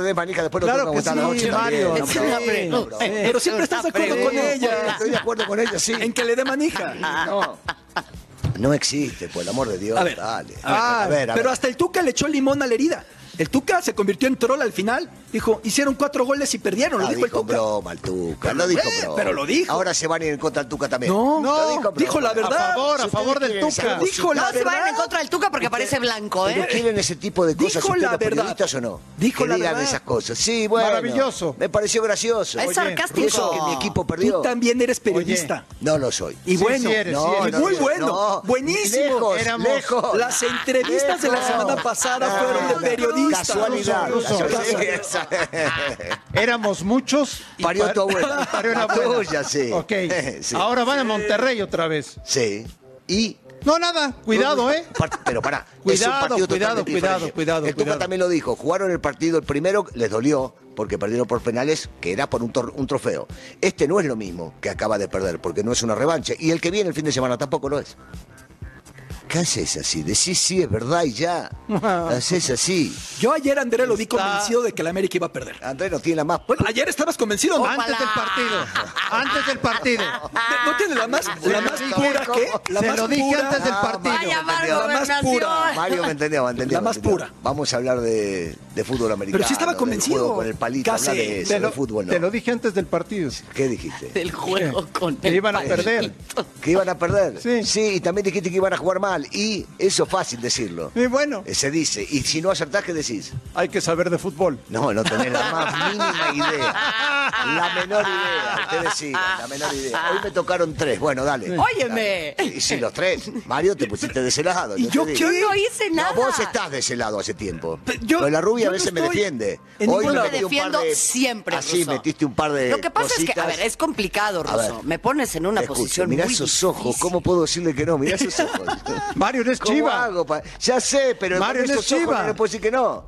Speaker 6: de manija, después no
Speaker 4: Claro
Speaker 6: tengo
Speaker 4: que
Speaker 6: que aguantar
Speaker 4: sí,
Speaker 6: la noche
Speaker 4: Mario.
Speaker 6: también.
Speaker 5: Es
Speaker 6: No,
Speaker 5: una
Speaker 6: no,
Speaker 5: pregunta.
Speaker 6: no,
Speaker 3: Pero siempre estás de acuerdo con ella.
Speaker 6: Estoy de acuerdo con ella, sí.
Speaker 3: En que le dé manija.
Speaker 6: No. No existe, por el amor de Dios.
Speaker 3: A ver,
Speaker 6: dale.
Speaker 3: a ver,
Speaker 6: a ver, a
Speaker 3: pero
Speaker 6: ver.
Speaker 3: hasta el Tuca le echó limón a la herida. El Tuca se convirtió en troll al final. Dijo, hicieron cuatro goles y perdieron. Lo
Speaker 6: No
Speaker 3: dijo el
Speaker 6: dijo
Speaker 3: Tuca.
Speaker 6: broma el Tuca,
Speaker 3: Pero,
Speaker 6: no dijo
Speaker 3: eh,
Speaker 6: broma.
Speaker 3: pero lo dijo.
Speaker 6: Ahora se van a ir en contra del Tuca también.
Speaker 3: No,
Speaker 6: Lo
Speaker 3: no,
Speaker 6: broma.
Speaker 3: dijo la verdad.
Speaker 4: A favor,
Speaker 6: Si
Speaker 4: a favor
Speaker 6: ustedes
Speaker 4: del
Speaker 6: quieren
Speaker 4: Tuca.
Speaker 6: ser
Speaker 3: Dijo la
Speaker 5: No se
Speaker 3: verdad.
Speaker 5: vayan en contra del Tuca porque parece blanco,
Speaker 6: ¿Pero
Speaker 5: ¿eh?
Speaker 6: quieren ese tipo de cosas
Speaker 3: Dijo
Speaker 6: ustedes
Speaker 3: la
Speaker 6: los
Speaker 3: verdad.
Speaker 6: periodistas o no?
Speaker 3: Dijo
Speaker 6: que
Speaker 3: la
Speaker 6: digan
Speaker 3: verdad.
Speaker 6: esas cosas. Sí, bueno.
Speaker 4: Maravilloso.
Speaker 6: Me pareció gracioso.
Speaker 5: Es
Speaker 6: Oye,
Speaker 5: sarcástico.
Speaker 6: Eso que mi equipo perdió.
Speaker 3: Tú también eres periodista.
Speaker 6: No lo soy.
Speaker 3: Y
Speaker 4: Sí,
Speaker 3: bueno,
Speaker 4: sí eres,
Speaker 6: No,
Speaker 4: sí
Speaker 3: y
Speaker 4: eres.
Speaker 3: muy
Speaker 6: no,
Speaker 3: bueno,
Speaker 6: no.
Speaker 3: buenísimo.
Speaker 6: Lejos,
Speaker 4: Éramos-
Speaker 6: lejos.
Speaker 3: Las entrevistas de la
Speaker 6: Lejos.
Speaker 3: semana pasada
Speaker 6: Ah,
Speaker 3: fueron de periodistas.
Speaker 6: Casualidad.
Speaker 4: Ruso, ruso.
Speaker 6: casualidad.
Speaker 4: Éramos muchos. y
Speaker 6: Parió
Speaker 4: pa-
Speaker 6: tu abuela.
Speaker 4: Parió una
Speaker 6: La
Speaker 4: abuela.
Speaker 6: tuya, sí.
Speaker 4: Ok.
Speaker 6: Sí.
Speaker 4: Ahora van a Monterrey otra vez.
Speaker 6: Sí. Y
Speaker 4: No, nada. Cuidado, ¿eh?
Speaker 6: Par- Pero pará,
Speaker 4: Cuidado,
Speaker 6: es un partido
Speaker 4: cuidado,
Speaker 6: totalmente
Speaker 4: cuidado,
Speaker 6: diferente.
Speaker 4: cuidado,
Speaker 6: El Tuca
Speaker 4: cuidado.
Speaker 6: también lo dijo, jugaron el partido, el primero les dolió porque perdieron por penales, que era por un, tor- un trofeo. Este no es lo mismo que acaba de perder, porque no es una revancha. Y el que viene el fin de semana tampoco lo es. ¿Qué haces así? Decís sí, es verdad y ya. Haces así.
Speaker 3: Yo ayer, André, lo vi
Speaker 4: Está-
Speaker 3: convencido de que la América iba a perder.
Speaker 6: Andrés no tiene la más...
Speaker 3: Bueno, ayer estabas convencido, ¿no?
Speaker 4: Antes del partido. Antes del partido.
Speaker 3: ¿No tiene la más, la más pura que? La
Speaker 4: Se
Speaker 3: más
Speaker 4: lo dije
Speaker 3: pura.
Speaker 4: antes del
Speaker 6: Ah,
Speaker 4: partido.
Speaker 5: Vaya
Speaker 6: Mario,
Speaker 5: mal
Speaker 3: la más
Speaker 5: gobernación.
Speaker 3: pura.
Speaker 6: Mario me entendió, me entendió.
Speaker 3: La
Speaker 6: me
Speaker 3: más
Speaker 6: entendió.
Speaker 3: pura.
Speaker 6: Vamos a hablar de, de fútbol americano.
Speaker 3: Pero sí estaba
Speaker 6: del
Speaker 3: convencido.
Speaker 6: juego con el palito,
Speaker 3: Casi.
Speaker 6: habla de eso,
Speaker 4: Te
Speaker 6: de
Speaker 4: lo,
Speaker 6: fútbol no.
Speaker 4: te lo dije antes del partido.
Speaker 6: ¿Qué dijiste?
Speaker 5: Del juego con
Speaker 4: Que
Speaker 5: el
Speaker 4: iban a
Speaker 5: palito.
Speaker 4: perder.
Speaker 6: Que iban a perder.
Speaker 4: Sí.
Speaker 6: y también dijiste que iban a jugar mal. Y eso es fácil decirlo.
Speaker 4: Y bueno,
Speaker 6: Eh, Se dice. Y si no acertás, ¿qué decís?
Speaker 4: hay que saber de fútbol.
Speaker 6: No, no tenés la más mínima idea. La menor idea. Ustedes sigan, la menor idea. Hoy me tocaron tres. Bueno, dale.
Speaker 5: Óyeme.
Speaker 6: Dale. Y si los tres. Mario, te pusiste de ese lado.
Speaker 3: ¿Y yo
Speaker 6: te
Speaker 3: qué?
Speaker 6: digo.
Speaker 5: Yo no hice nada.
Speaker 6: No, vos estás de ese lado hace tiempo.
Speaker 3: Pero yo-
Speaker 6: Pero la rubia
Speaker 3: yo
Speaker 6: a veces
Speaker 3: no
Speaker 6: me
Speaker 3: estoy
Speaker 6: defiende.
Speaker 3: en
Speaker 6: Hoy
Speaker 3: ningún
Speaker 6: me
Speaker 3: lado.
Speaker 6: metí
Speaker 5: Te
Speaker 6: un par
Speaker 5: defiendo
Speaker 6: de...
Speaker 5: siempre,
Speaker 6: Así,
Speaker 5: Ruso.
Speaker 6: metiste un par de
Speaker 5: Lo que pasa es que, a
Speaker 6: cositas.
Speaker 5: ver, es complicado,
Speaker 6: A ver.
Speaker 5: Ruso. Me pones en una
Speaker 6: Escucha,
Speaker 5: posición
Speaker 6: mirá
Speaker 5: muy
Speaker 6: esos ojos,
Speaker 5: difícil.
Speaker 6: ¿cómo puedo decirle que no? Mirá esos ojos.
Speaker 4: Mario no es
Speaker 6: ¿Cómo
Speaker 4: Chiva.
Speaker 6: hago pa- Ya sé, pero
Speaker 4: Mario
Speaker 6: con
Speaker 4: no es
Speaker 6: esos ojos
Speaker 4: Chiva.
Speaker 6: no le puedo decir que no.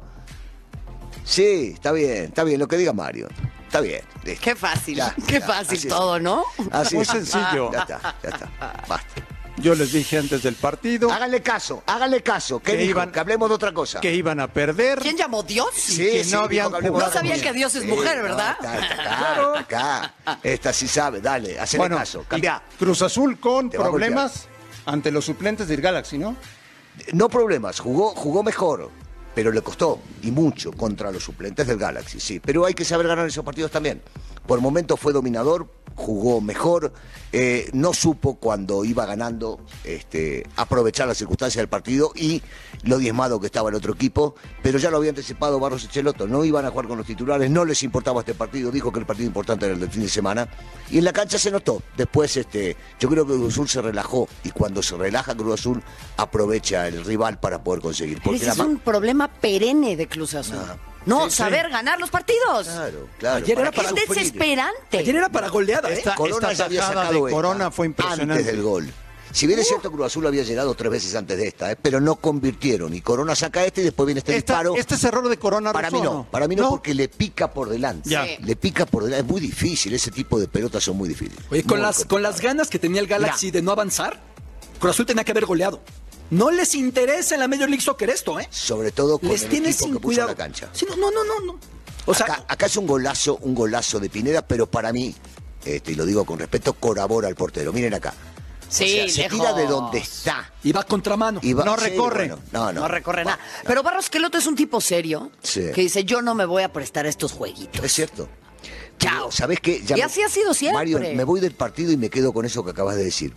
Speaker 6: Sí, está bien, está bien, lo que diga Mario. Está bien. listo.
Speaker 5: Qué fácil,
Speaker 6: Ya,
Speaker 5: qué
Speaker 6: ya,
Speaker 5: fácil
Speaker 6: así es.
Speaker 5: todo, ¿no?
Speaker 6: Así
Speaker 4: Muy
Speaker 6: es.
Speaker 4: sencillo.
Speaker 6: Ya está, ya está. Basta.
Speaker 4: Yo les dije antes del partido
Speaker 6: Háganle caso, háganle caso. ¿Qué
Speaker 4: Que
Speaker 6: dijo?
Speaker 4: iban-
Speaker 6: Que hablemos de otra cosa.
Speaker 4: que iban a perder.
Speaker 5: ¿Quién llamó Dios?
Speaker 6: Sí,
Speaker 4: que
Speaker 6: sí,
Speaker 4: no
Speaker 6: dijo
Speaker 4: habían
Speaker 6: que hablemos de
Speaker 4: jugado.
Speaker 6: otra
Speaker 5: No sabían
Speaker 6: cosa.
Speaker 5: que Dios es
Speaker 6: Sí,
Speaker 5: mujer,
Speaker 6: no,
Speaker 5: ¿verdad?
Speaker 6: Está, está acá, acá. Esta sí sabe, dale, hacele
Speaker 4: Bueno,
Speaker 6: caso.
Speaker 4: y
Speaker 6: Cambia.
Speaker 4: Cruz Azul con
Speaker 6: Te va a
Speaker 4: problemas ante los suplentes del Galaxy, ¿no?
Speaker 6: No problemas, jugó, jugó mejor, pero le costó, y mucho, contra los suplentes del Galaxy, sí. Pero hay que saber ganar esos partidos también. Por momentos fue dominador, jugó mejor, eh, no supo cuando iba ganando este, aprovechar las circunstancias del partido y lo diezmado que estaba el otro equipo, pero ya lo había anticipado Barros Echeloto, no iban a jugar con los titulares, no les importaba este partido, dijo que el partido importante era el del fin de semana, y en la cancha se notó. Después este, yo creo que Cruz Azul se relajó, y cuando se relaja Cruz Azul, aprovecha el rival para poder conseguir.
Speaker 5: Pero ese
Speaker 6: la
Speaker 5: es
Speaker 6: ma-
Speaker 5: un problema perenne de Cruz Azul.
Speaker 6: Ah.
Speaker 5: No,
Speaker 6: Sí, sí.
Speaker 5: saber ganar los partidos.
Speaker 6: Claro, claro.
Speaker 3: Ayer era
Speaker 6: qué
Speaker 3: para
Speaker 5: Es
Speaker 6: sufrir?
Speaker 5: desesperante.
Speaker 3: Ayer era para goleada, ¿eh?
Speaker 4: Esta-
Speaker 6: Corona
Speaker 4: esta
Speaker 6: ya había
Speaker 4: tajada
Speaker 6: sacado
Speaker 4: de
Speaker 6: esta
Speaker 4: Corona fue impresionante.
Speaker 6: antes del gol. Si bien es cierto, Cruz Azul había llegado tres veces antes de esta, ¿eh? Pero no convirtieron. Y Corona saca este y después viene este
Speaker 4: Esta-
Speaker 6: disparo.
Speaker 4: este es error de Corona,
Speaker 6: Para mí
Speaker 4: Russo,
Speaker 6: no, para mí no,
Speaker 4: ¿No?
Speaker 6: porque le pica por delante.
Speaker 4: Ya.
Speaker 5: Sí.
Speaker 6: Le pica por delante. Es muy difícil, ese tipo de pelotas son muy difíciles.
Speaker 3: Oye, con
Speaker 6: Muy
Speaker 3: las, con las
Speaker 6: complicadas.
Speaker 3: ganas que tenía el Galaxy de no avanzar, Cruz Azul tenía que haber goleado. No les interesa en la Major League Soccer esto, ¿eh?
Speaker 6: Sobre todo con
Speaker 3: Les
Speaker 6: el
Speaker 3: tiene
Speaker 6: equipo
Speaker 3: sin
Speaker 6: que puso
Speaker 3: cuidado.
Speaker 6: en la cancha.
Speaker 3: Sí, no, no, no, no, no. O sea,
Speaker 6: acá, acá es un golazo, un golazo de Pineda, pero para mí, este, y lo digo con respeto, colabora al portero. Miren acá.
Speaker 5: Sí,
Speaker 6: O sea, se
Speaker 5: lejos.
Speaker 6: tira de donde está.
Speaker 3: iba contramano.
Speaker 6: Y va-
Speaker 4: No
Speaker 6: sí,
Speaker 4: recorre.
Speaker 6: bueno, no, no.
Speaker 5: No recorre
Speaker 6: Bueno,
Speaker 5: nada. Pero Barros Esqueloto es un tipo serio
Speaker 6: Sí.
Speaker 5: que dice, yo no me voy a prestar a estos jueguitos.
Speaker 6: Es cierto.
Speaker 5: Chao.
Speaker 6: ¿Sabés qué?
Speaker 5: Y así ha sido siempre.
Speaker 6: Mario, me voy del partido y me quedo con eso que acabas de decir.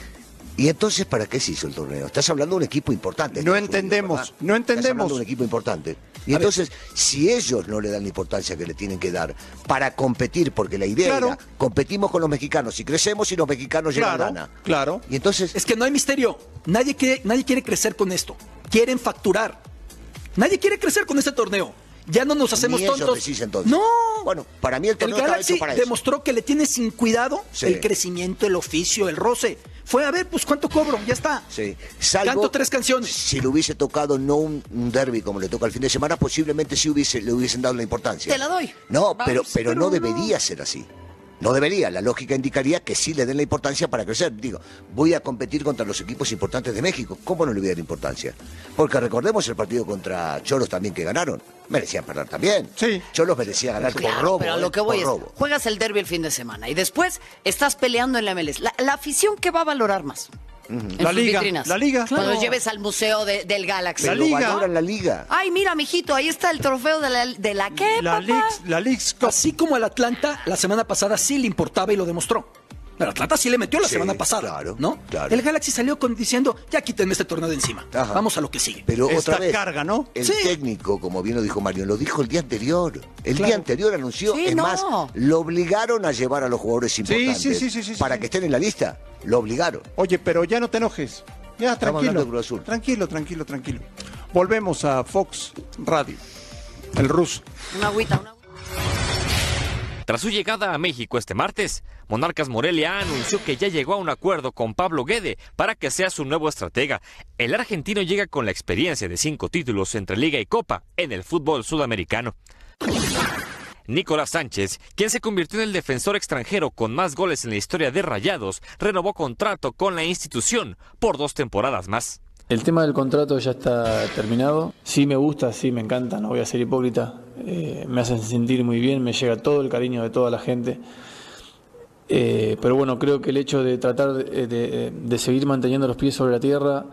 Speaker 6: ¿Y entonces para qué se hizo el torneo? Estás hablando de un equipo importante.
Speaker 4: No
Speaker 6: Estados Unidos,
Speaker 4: entendemos,
Speaker 6: ¿verdad?
Speaker 4: no entendemos.
Speaker 6: Estás hablando de un equipo importante. Y entonces, si ellos no le dan la importancia que le tienen que dar para competir, porque la idea
Speaker 4: Claro.
Speaker 6: era, competimos con los mexicanos y crecemos y los mexicanos llevan
Speaker 4: Claro,
Speaker 6: lana.
Speaker 4: claro.
Speaker 6: Y entonces,
Speaker 3: Es que no hay misterio. Nadie quiere, nadie quiere crecer con esto. Quieren facturar. Nadie quiere crecer con este torneo. Ya no nos hacemos
Speaker 6: ni ellos
Speaker 3: tontos.
Speaker 6: decís entonces.
Speaker 3: No.
Speaker 6: Bueno, para mí el
Speaker 3: El
Speaker 6: torneo estaba
Speaker 3: Galaxy
Speaker 6: hecho para eso.
Speaker 3: demostró que le tiene sin cuidado
Speaker 6: Sí.
Speaker 3: el crecimiento, el oficio, el roce. Fue a ver, pues cuánto cobro, ya está.
Speaker 6: Sí. Salvo
Speaker 3: Canto tres canciones.
Speaker 6: Si le hubiese tocado no un, un derby como le toca el fin de semana, posiblemente sí hubiese, le hubiesen dado la importancia.
Speaker 5: Te la doy.
Speaker 6: No,
Speaker 5: Vamos,
Speaker 6: pero, pero,
Speaker 3: pero
Speaker 6: no
Speaker 3: no.
Speaker 6: debería ser así. No debería, la lógica indicaría que sí le den la importancia para crecer. Digo, voy a competir contra los equipos importantes de México. ¿Cómo no le voy a dar importancia? Porque recordemos el partido contra Cholos también que ganaron. Merecían perder también.
Speaker 4: Sí.
Speaker 6: Cholos merecía ganar
Speaker 5: Claro,
Speaker 6: por robo.
Speaker 5: pero a lo que
Speaker 6: ¿eh?
Speaker 5: voy
Speaker 6: Por
Speaker 5: es,
Speaker 6: robo.
Speaker 5: juegas el derbi el fin de semana y después estás peleando en la M L S. La, la afición, ¿qué va a valorar más? En
Speaker 4: La
Speaker 5: sus
Speaker 4: liga,
Speaker 5: vitrinas.
Speaker 4: la liga.
Speaker 5: Cuando
Speaker 4: Claro.
Speaker 5: lleves al museo de- del Galaxy.
Speaker 6: Pero
Speaker 4: La liga.
Speaker 6: valoran la liga.
Speaker 5: Ay, mira, mijito, ahí está el trofeo de la, de la ¿qué,
Speaker 4: La
Speaker 5: papá?
Speaker 4: Leagues, la Leagues Cup.
Speaker 3: Así como al Atlanta, la semana pasada sí le importaba y lo demostró. Pero Atlanta sí le metió la
Speaker 6: Sí,
Speaker 3: semana pasada,
Speaker 6: claro,
Speaker 3: ¿no?
Speaker 6: claro.
Speaker 3: El Galaxy salió con, diciendo, ya quítenme este torneo de encima.
Speaker 6: Ajá.
Speaker 3: Vamos a lo que sigue.
Speaker 6: Pero
Speaker 4: Esta
Speaker 6: otra vez,
Speaker 4: carga, ¿no?
Speaker 6: el
Speaker 3: Sí.
Speaker 6: técnico, como bien lo dijo Mario, lo dijo el día anterior. El
Speaker 3: Claro.
Speaker 6: día anterior anunció,
Speaker 5: Sí,
Speaker 6: es
Speaker 5: no.
Speaker 6: más, lo obligaron a llevar a los jugadores importantes
Speaker 4: sí, sí, sí, sí,
Speaker 6: para
Speaker 4: sí.
Speaker 6: que estén en la lista. Lo obligaron.
Speaker 4: Oye, pero ya no te enojes. Ya,
Speaker 6: Estamos hablando de
Speaker 4: tranquilo.
Speaker 6: Cruz Azul.
Speaker 4: Tranquilo, tranquilo, tranquilo. Volvemos a Fox Radio. El ruso.
Speaker 5: Una agüita, una agüita.
Speaker 1: Tras su llegada a México este martes, Monarcas Morelia anunció que ya llegó a un acuerdo con Pablo Guede para que sea su nuevo estratega. El argentino llega con la experiencia de cinco títulos entre Liga y Copa en el fútbol sudamericano. Nicolás Sánchez, quien se convirtió en el defensor extranjero con más goles en la historia de Rayados, renovó contrato con la institución por dos temporadas más.
Speaker 12: El tema del contrato ya está terminado. Sí me gusta, sí me encanta, no voy a ser hipócrita. Eh, me hacen sentir muy bien, me llega todo el cariño de toda la gente. Eh, pero bueno, creo que el hecho de tratar de, de- de seguir manteniendo los pies sobre la tierra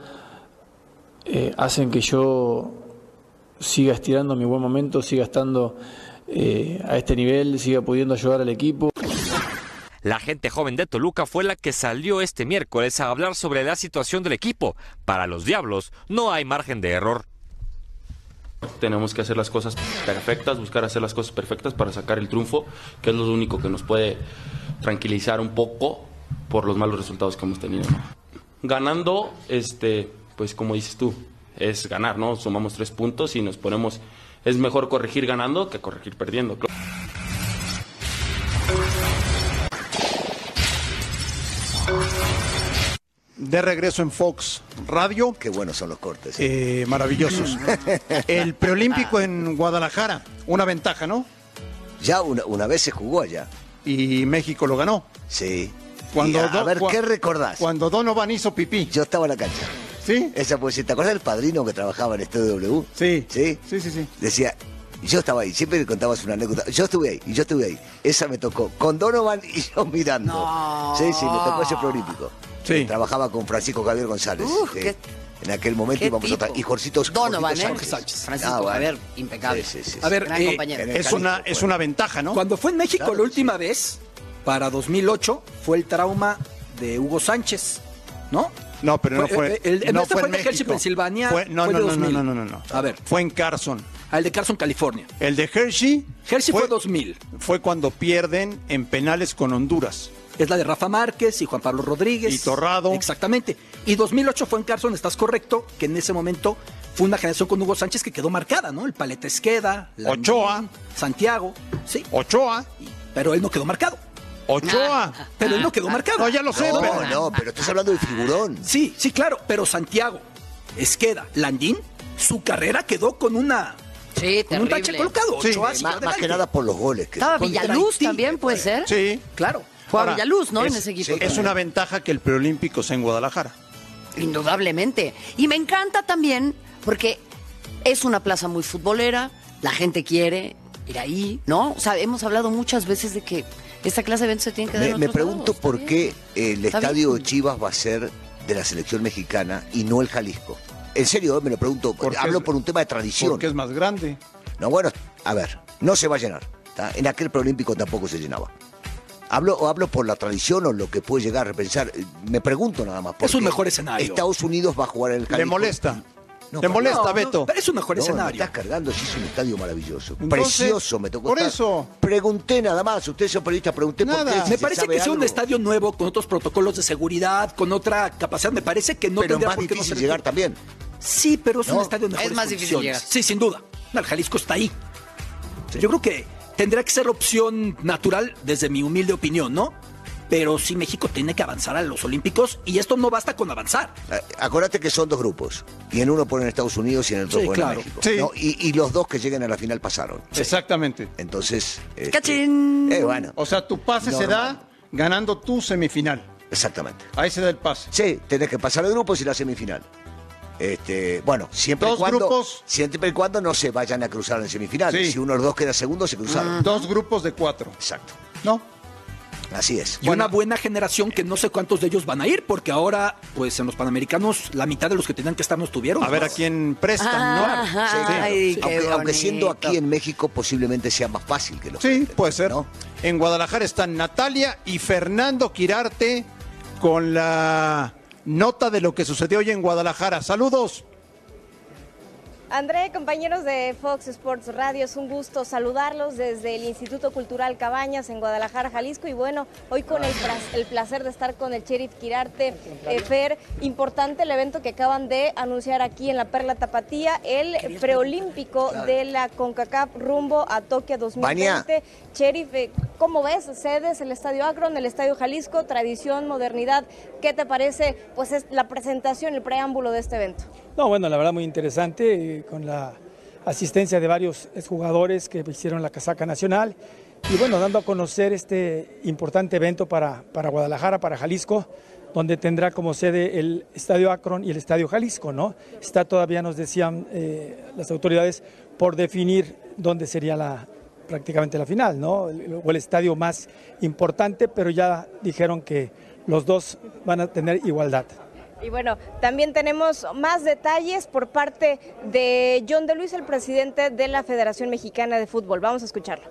Speaker 12: eh, hacen que yo siga estirando mi buen momento, siga estando eh, a este nivel, siga pudiendo ayudar al equipo.
Speaker 1: La gente joven de Toluca fue la que salió este miércoles a hablar sobre la situación del equipo. Para los Diablos no hay margen de error.
Speaker 13: Tenemos que hacer las cosas perfectas, buscar hacer las cosas perfectas para sacar el triunfo, que es lo único que nos puede tranquilizar un poco por los malos resultados que hemos tenido, ¿no? Ganando, este, pues como dices tú, es ganar, ¿no? Sumamos tres puntos y nos ponemos... Es mejor corregir ganando que corregir perdiendo.
Speaker 4: De regreso en Fox Radio.
Speaker 6: Qué buenos son los cortes. ¿eh?
Speaker 4: Eh, maravillosos. El preolímpico en Guadalajara. Una ventaja, ¿no?
Speaker 6: Ya una, una vez se jugó allá.
Speaker 4: Y México lo ganó.
Speaker 6: Sí.
Speaker 4: Cuando
Speaker 6: Y a,
Speaker 4: Do-
Speaker 6: a ver,
Speaker 4: cua-
Speaker 6: ¿qué recordás?
Speaker 4: Cuando Donovan hizo pipí.
Speaker 6: Yo estaba en la cancha.
Speaker 4: ¿Sí?
Speaker 6: Esa poesía. ¿Te acuerdas del padrino que trabajaba en Estudio W?
Speaker 4: Sí.
Speaker 6: ¿Sí?
Speaker 4: Sí, sí, sí.
Speaker 6: Decía, yo estaba ahí, siempre le contabas una anécdota. Yo estuve ahí, y yo estuve ahí. Esa me tocó, con Donovan y yo mirando.
Speaker 5: No.
Speaker 6: Sí, sí, me tocó ese preolímpico.
Speaker 4: Sí.
Speaker 6: Trabajaba con Francisco Javier González.
Speaker 5: Uf,
Speaker 6: sí.
Speaker 5: qué-
Speaker 6: En aquel momento
Speaker 5: qué
Speaker 6: íbamos a
Speaker 5: tipo.
Speaker 6: tra- y Jorcito
Speaker 5: Donovan, ¿eh?
Speaker 6: Jorgito Sánchez.
Speaker 5: Francisco
Speaker 6: Ah, bueno.
Speaker 5: Javier, impecable.
Speaker 6: Sí, sí, sí,
Speaker 3: A ver,
Speaker 5: Gran
Speaker 3: eh,
Speaker 5: compañero.
Speaker 6: en el
Speaker 4: Es
Speaker 6: canijo,
Speaker 4: una, es una ventaja, ¿no?
Speaker 3: Cuando fue en México
Speaker 6: Claro,
Speaker 3: la última vez, para dos mil ocho, fue el trauma de Hugo Sánchez, ¿no?
Speaker 4: No, pero no
Speaker 3: Fue-
Speaker 4: fue.
Speaker 3: eh, el- el
Speaker 4: no
Speaker 3: este fue
Speaker 4: en
Speaker 3: de Hershey,
Speaker 4: México.
Speaker 3: Pensilvania,
Speaker 4: Fue- no,
Speaker 3: fue
Speaker 4: no,
Speaker 3: de
Speaker 4: no, no,
Speaker 3: dos mil.
Speaker 4: no, no, no, no.
Speaker 3: A ver.
Speaker 4: Fue en Carson.
Speaker 3: Al de Carson, California.
Speaker 4: El de Hershey.
Speaker 3: Hershey fue dos mil.
Speaker 4: Fue cuando pierden en penales con Honduras.
Speaker 3: Es la de Rafa Márquez y Juan Pablo Rodríguez.
Speaker 4: Y Torrado.
Speaker 3: Exactamente. Y dos mil ocho fue en Carson, estás correcto, que en ese momento fue una generación con Hugo Sánchez que quedó marcada, ¿no? El Paleta Esqueda, Landín,
Speaker 4: Ochoa.
Speaker 3: Santiago, sí.
Speaker 4: Ochoa.
Speaker 3: Pero él no quedó marcado.
Speaker 4: Ochoa.
Speaker 3: Pero él no quedó marcado.
Speaker 4: No, ya lo sé,
Speaker 6: No,
Speaker 4: pero.
Speaker 6: no, pero estás hablando del figurón.
Speaker 3: Sí, sí, claro. Pero Santiago, Esqueda, Landín, su carrera quedó con una
Speaker 5: Sí,
Speaker 3: con un tache
Speaker 5: terrible.
Speaker 3: colocado.
Speaker 4: Sí.
Speaker 3: Ochoa
Speaker 6: Eh,
Speaker 3: siguió
Speaker 6: más, más
Speaker 3: adelante.
Speaker 6: que nada por los goles. Que
Speaker 5: Estaba
Speaker 3: Contra
Speaker 5: Villaluz
Speaker 3: Haití,
Speaker 5: también, puede ser.
Speaker 4: Sí.
Speaker 3: Claro.
Speaker 5: Juan
Speaker 4: Ahora,
Speaker 5: Villaluz, ¿no?
Speaker 4: es-
Speaker 5: en ese equipo.
Speaker 4: Es una ventaja que el preolímpico sea en Guadalajara.
Speaker 5: Indudablemente. Y me encanta también porque es una plaza muy futbolera, la gente quiere ir ahí, ¿no? O sea, hemos hablado muchas veces de que esta clase de eventos se tiene que dar
Speaker 6: Me,
Speaker 5: en
Speaker 6: me
Speaker 5: otros
Speaker 6: pregunto
Speaker 5: lados.
Speaker 6: por
Speaker 5: Está
Speaker 6: qué
Speaker 5: bien.
Speaker 6: el
Speaker 5: Está
Speaker 6: estadio
Speaker 5: bien.
Speaker 6: Chivas va a ser de la selección mexicana y no el Jalisco. En serio, eh, me lo pregunto.
Speaker 4: Porque
Speaker 6: Hablo
Speaker 4: es-
Speaker 6: por un tema de tradición.
Speaker 4: Porque es más grande.
Speaker 6: No, bueno, a ver, no se va a llenar. ¿tá? En aquel preolímpico tampoco se llenaba. Hablo, o hablo por la tradición o lo que puede llegar a repensar. Eh, Me pregunto nada más.
Speaker 3: Es un
Speaker 6: porque
Speaker 3: mejor escenario.
Speaker 6: Estados Unidos va a jugar en el Jalisco.
Speaker 4: Le molesta.
Speaker 6: No,
Speaker 4: Le
Speaker 6: no,
Speaker 4: molesta,
Speaker 3: No,
Speaker 4: Beto.
Speaker 3: no, pero es un mejor
Speaker 6: No, me
Speaker 3: escenario.
Speaker 6: estás cargando, sí es un estadio maravilloso.
Speaker 4: Entonces,
Speaker 6: Precioso, me tocó
Speaker 4: por
Speaker 6: estar.
Speaker 4: eso.
Speaker 6: Pregunté nada más, ustedes son periodistas, pregunté por
Speaker 4: Nada.
Speaker 6: qué. si
Speaker 3: Me
Speaker 6: se
Speaker 3: parece
Speaker 6: sabe
Speaker 3: que sea un
Speaker 6: algo.
Speaker 3: estadio nuevo, con otros protocolos de seguridad, con otra capacidad. Me parece que no
Speaker 6: Pero
Speaker 3: tendría
Speaker 6: más
Speaker 3: por qué no
Speaker 6: difícil
Speaker 3: ser-
Speaker 6: llegar también.
Speaker 3: Sí, pero es un
Speaker 6: ¿No?
Speaker 3: estadio de mejores
Speaker 5: Es más difícil
Speaker 3: condiciones.
Speaker 5: llegar.
Speaker 3: Sí, sin duda. El Jalisco está ahí. Yo creo que tendría que ser opción natural desde mi humilde opinión, ¿no? pero sí México tiene que avanzar a los Olímpicos y esto no basta con avanzar.
Speaker 6: Eh, Acuérdate que son dos grupos, y en uno ponen Estados Unidos y en el otro
Speaker 3: Sí,
Speaker 6: ponen
Speaker 3: claro.
Speaker 6: México.
Speaker 4: Sí.
Speaker 6: ¿no? Y, y los dos que lleguen a la final pasaron.
Speaker 4: Exactamente.
Speaker 6: Entonces, este,
Speaker 5: ¡Cachín!
Speaker 6: eh, bueno,
Speaker 4: O sea, tu pase se
Speaker 6: Normal.
Speaker 4: da ganando tu semifinal.
Speaker 6: exactamente.
Speaker 4: Ahí se da el pase.
Speaker 6: Sí, tenés que pasar de grupos y la semifinal. Este, bueno, siempre
Speaker 4: Dos
Speaker 6: y cuando,
Speaker 4: grupos.
Speaker 6: siempre y cuando no se vayan a cruzar en semifinal.
Speaker 4: Sí.
Speaker 6: Si uno de los dos queda segundo, se cruzaron.
Speaker 4: Dos grupos de cuatro.
Speaker 6: Exacto.
Speaker 4: ¿No?
Speaker 6: Así es.
Speaker 3: Y una buena generación que no sé cuántos de ellos van a ir, porque ahora, pues en los Panamericanos, la mitad de los que tenían que estar no estuvieron.
Speaker 4: A ver a quién prestan, ¿no?
Speaker 5: Ajá,
Speaker 6: Sí, claro.
Speaker 5: ay, qué
Speaker 6: aunque, aunque siendo
Speaker 5: bonito.
Speaker 6: aquí en México posiblemente sea más fácil que los
Speaker 4: Sí,
Speaker 6: presenten,
Speaker 4: puede ser.
Speaker 6: ¿no?
Speaker 4: En Guadalajara están Natalia y Fernando Quirarte con la nota de lo que sucedió hoy en Guadalajara. Saludos.
Speaker 14: André, compañeros de Fox Sports Radio, es un gusto saludarlos desde el Instituto Cultural Cabañas en Guadalajara, Jalisco. Y bueno, hoy con el, el placer de estar con el Sheriff Quirarte. eh, Fer, importante el evento que acaban de anunciar aquí en la Perla Tapatía, el preolímpico de la CONCACAF rumbo a Tokio dos mil veinte. Sheriff, eh, ¿cómo ves? Sedes, el Estadio Akron, el Estadio Jalisco, tradición, modernidad. ¿Qué te parece? Pues es la presentación, el preámbulo de este evento.
Speaker 15: No, bueno, la verdad muy interesante, eh, con la asistencia de varios jugadores que hicieron la casaca nacional y bueno, dando a conocer este importante evento para, para Guadalajara, para Jalisco, donde tendrá como sede el Estadio Akron y el Estadio Jalisco, ¿no? Está todavía, nos decían eh, las autoridades, por definir dónde sería la prácticamente la final, ¿no? O el estadio más importante, pero ya dijeron que los dos van a tener igualdad.
Speaker 14: Y bueno, también tenemos más detalles por parte de John de Luisa, el presidente de la Federación Mexicana de Fútbol. Vamos a escucharlo.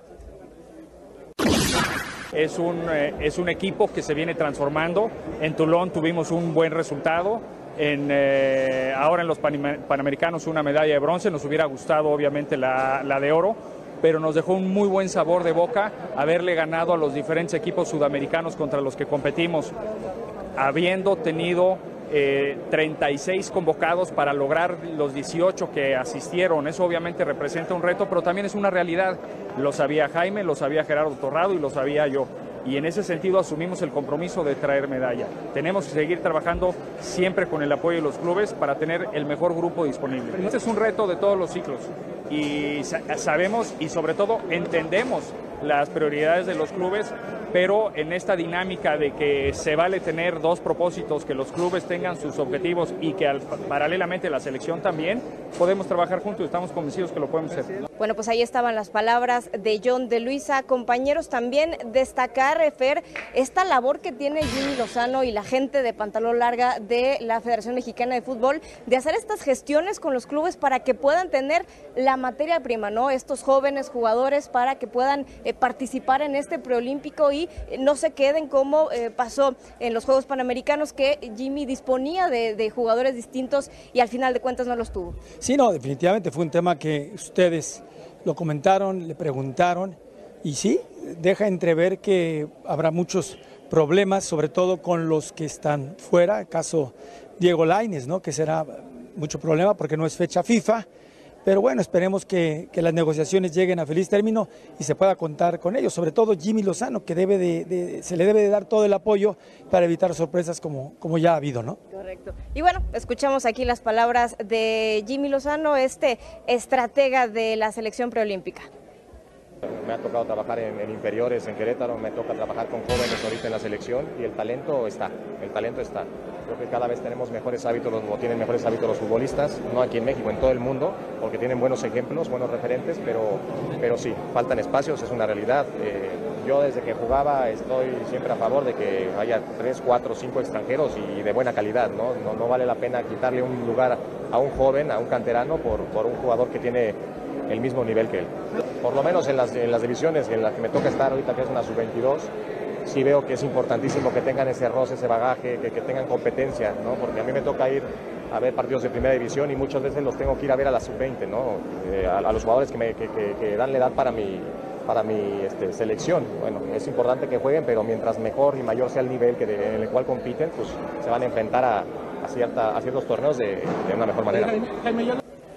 Speaker 16: Es un, eh, es un equipo que se viene transformando. En Toulon tuvimos un buen resultado. En, eh, ahora en los Panamericanos una medalla de bronce. Nos hubiera gustado obviamente la, la de oro, pero nos dejó un muy buen sabor de boca haberle ganado a los diferentes equipos sudamericanos contra los que competimos, habiendo tenido eh, treinta y seis convocados para lograr los dieciocho que asistieron. Eso obviamente representa un reto, pero también es una realidad. Lo sabía Jaime, lo sabía Gerardo Torrado y lo sabía yo. Y en ese sentido asumimos el compromiso de traer medalla. Tenemos que seguir trabajando siempre con el apoyo de los clubes para tener el mejor grupo disponible. Este es un reto de todos los ciclos y sabemos y sobre todo entendemos las prioridades de los clubes, pero en esta dinámica de que se vale tener dos propósitos, que los clubes tengan sus objetivos y que al, paralelamente la selección también, podemos trabajar juntos y estamos convencidos que lo podemos hacer.
Speaker 14: Bueno, pues ahí estaban las palabras de John de Luisa. Compañeros, también destacar, Fer, esta labor que tiene Jimmy Lozano y la gente de pantalón larga de la Federación Mexicana de Fútbol, de hacer estas gestiones con los clubes para que puedan tener la materia prima, ¿no? Estos jóvenes jugadores para que puedan eh, participar en este preolímpico y no se queden como eh, pasó en los Juegos Panamericanos, que Jimmy disponía de, de jugadores distintos y al final de cuentas no los tuvo.
Speaker 15: Sí, no, definitivamente fue un tema que ustedes lo comentaron, le preguntaron y sí, deja entrever que habrá muchos problemas, sobre todo con los que están fuera, el caso Diego Lainez, ¿no? Que será mucho problema porque no es fecha FIFA. Pero bueno, esperemos que, que las negociaciones lleguen a feliz término y se pueda contar con ellos, sobre todo Jimmy Lozano, que debe de, de, se le debe de dar todo el apoyo para evitar sorpresas como, como ya ha habido, ¿no?
Speaker 14: Correcto. Y bueno, escuchamos aquí las palabras de Jimmy Lozano, este estratega de la selección preolímpica.
Speaker 17: Me ha tocado trabajar en, en inferiores en Querétaro, me toca trabajar con jóvenes ahorita en la selección y el talento está, el talento está. Creo que cada vez tenemos mejores hábitos, o tienen mejores hábitos los futbolistas, no aquí en México, en todo el mundo, porque tienen buenos ejemplos, buenos referentes, pero, pero sí, faltan espacios, es una realidad. Eh, yo desde que jugaba estoy siempre a favor de que haya tres, cuatro, cinco extranjeros y de buena calidad, ¿no? No, no vale la pena quitarle un lugar a un joven, a un canterano, por, por un jugador que tiene el mismo nivel que él. Por lo menos en las, en las divisiones en las que me toca estar ahorita, que es una sub veintidós, sí veo que es importantísimo que tengan ese roce, ese bagaje, que, que tengan competencia, ¿no? Porque a mí me toca ir a ver partidos de primera división y muchas veces los tengo que ir a ver a la sub veinte, ¿no? Eh, a, a los jugadores que, me, que, que, que dan la edad para mi, para mi este, selección. Bueno, es importante que jueguen, pero mientras mejor y mayor sea el nivel que de, en el cual compiten, pues se van a enfrentar a, a, cierta, a ciertos torneos de, de una mejor manera.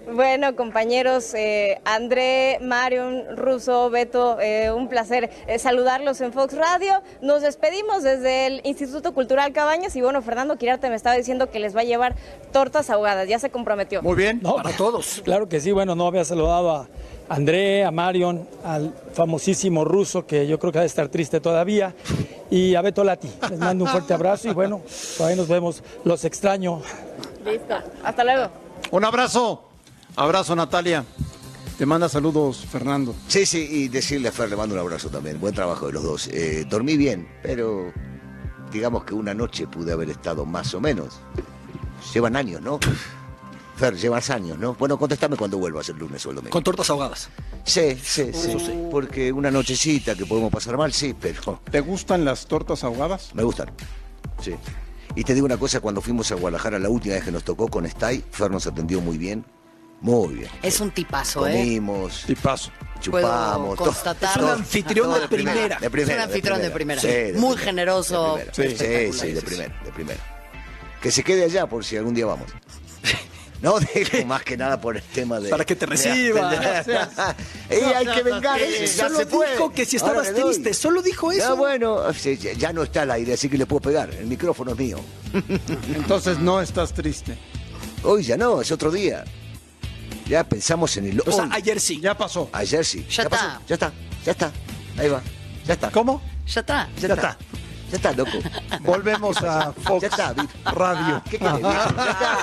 Speaker 14: Bueno, compañeros, eh, André, Marion, Russo, Beto, eh, un placer eh, saludarlos en Fox Radio. Nos despedimos desde el Instituto Cultural Cabañas y bueno, Fernando Quirarte me estaba diciendo que les va a llevar tortas ahogadas, ya se comprometió.
Speaker 4: Muy bien,
Speaker 15: no,
Speaker 3: para todos.
Speaker 15: Claro que sí, bueno, no había saludado a André, a Marion, al famosísimo Russo, que yo creo que ha de estar triste todavía, y a Beto Lati. Les mando un fuerte abrazo y bueno, por ahí nos vemos, los extraño.
Speaker 14: Listo, hasta luego.
Speaker 4: Un abrazo. Abrazo, Natalia. Te manda saludos, Fernando.
Speaker 6: Sí, sí, y decirle a Fer, le mando un abrazo también. Buen trabajo de los dos. Eh, dormí bien, pero digamos que una noche pude haber estado más o menos. Llevan años, ¿no? Fer, llevas años, ¿no? Bueno, contéstame cuando vuelvas el lunes o el domingo.
Speaker 3: Con tortas ahogadas.
Speaker 6: Sí, sí, sí,
Speaker 3: Eso sí.
Speaker 6: Porque una nochecita que podemos pasar mal, sí, pero...
Speaker 4: ¿Te gustan las tortas ahogadas?
Speaker 6: Me gustan, sí. Y te digo una cosa, cuando fuimos a Guadalajara la última vez que nos tocó con Stay, Fer nos atendió muy bien. Muy bien.
Speaker 5: Es un tipazo,
Speaker 6: Comimos,
Speaker 5: ¿eh?
Speaker 4: Tipazo.
Speaker 6: Chupamos.
Speaker 5: Puedo constatar.
Speaker 3: Es un anfitrión de, de primera.
Speaker 6: De primera.
Speaker 5: Es un anfitrión de primera.
Speaker 6: Sí, de
Speaker 5: Muy
Speaker 6: primera,
Speaker 5: generoso.
Speaker 6: De primera. Sí, sí, de primera, de primera. Que se quede allá por si algún día vamos. No, digo más que nada por el tema de...
Speaker 3: Para que te reciba.
Speaker 6: Y hay que vengar, eh, ya
Speaker 3: solo
Speaker 6: se fue.
Speaker 3: dijo que si estabas
Speaker 6: Ahora le doy.
Speaker 3: triste, solo dijo eso.
Speaker 6: Ya bueno, ya, ya no está al aire, así que le puedo pegar. El micrófono es mío.
Speaker 4: Entonces no estás triste.
Speaker 6: Hoy ya no, es otro día. Ya pensamos en el
Speaker 3: O sea,
Speaker 6: hoy.
Speaker 3: ayer sí.
Speaker 4: Ya pasó.
Speaker 6: Ayer sí.
Speaker 5: Ya está.
Speaker 6: pasó, ya está, ya está. Ahí va, ya está.
Speaker 4: ¿Cómo?
Speaker 5: Ya está.
Speaker 6: Ya, está. Ya está, loco.
Speaker 4: Volvemos a Fox
Speaker 6: Ya está, Vic.
Speaker 4: Radio.
Speaker 6: ¿Qué querés, viejo? Ya está.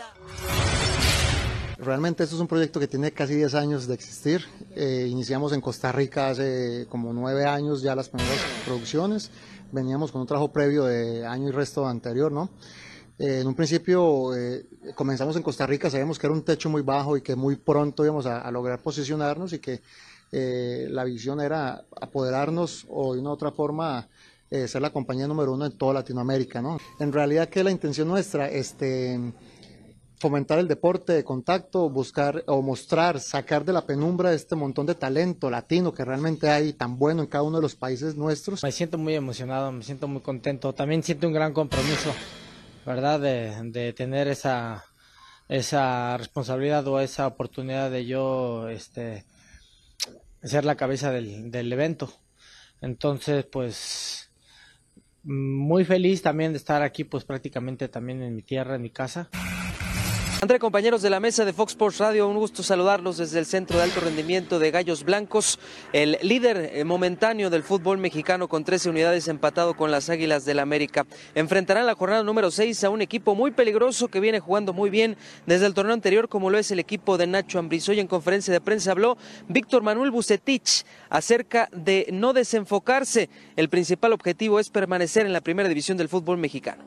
Speaker 18: Realmente esto es un proyecto que tiene casi diez años de existir. Eh, iniciamos en Costa Rica hace como nueve años ya las primeras producciones. Veníamos con un trabajo previo de año y resto anterior, ¿no? Eh, en un principio eh, comenzamos en Costa Rica, sabíamos que era un techo muy bajo y que muy pronto íbamos a, a lograr posicionarnos y que eh, la visión era apoderarnos o de una u otra forma eh, ser la compañía número uno en toda Latinoamérica, ¿no? En realidad, ¿qué es la intención nuestra? Este, fomentar el deporte de contacto, buscar o mostrar, sacar de la penumbra este montón de talento latino que realmente hay tan bueno en cada uno de los países nuestros.
Speaker 19: Me siento muy emocionado, me siento muy contento, también siento un gran compromiso, ¿verdad? De, de tener esa, esa responsabilidad o esa oportunidad de yo este, ser la cabeza del, del evento. Entonces, pues, muy feliz también de estar aquí, pues prácticamente también en mi tierra, en mi casa.
Speaker 20: André, compañeros de la mesa de Fox Sports Radio, un gusto saludarlos desde el Centro de Alto Rendimiento de Gallos Blancos, el líder momentáneo del fútbol mexicano con trece unidades, empatado con las Águilas del América. Enfrentarán la jornada número seis a un equipo muy peligroso que viene jugando muy bien desde el torneo anterior, como lo es el equipo de Nacho Ambriz. Hoy en conferencia de prensa habló Víctor Manuel Vucetich acerca de no desenfocarse. El principal objetivo es permanecer en la primera división del fútbol mexicano.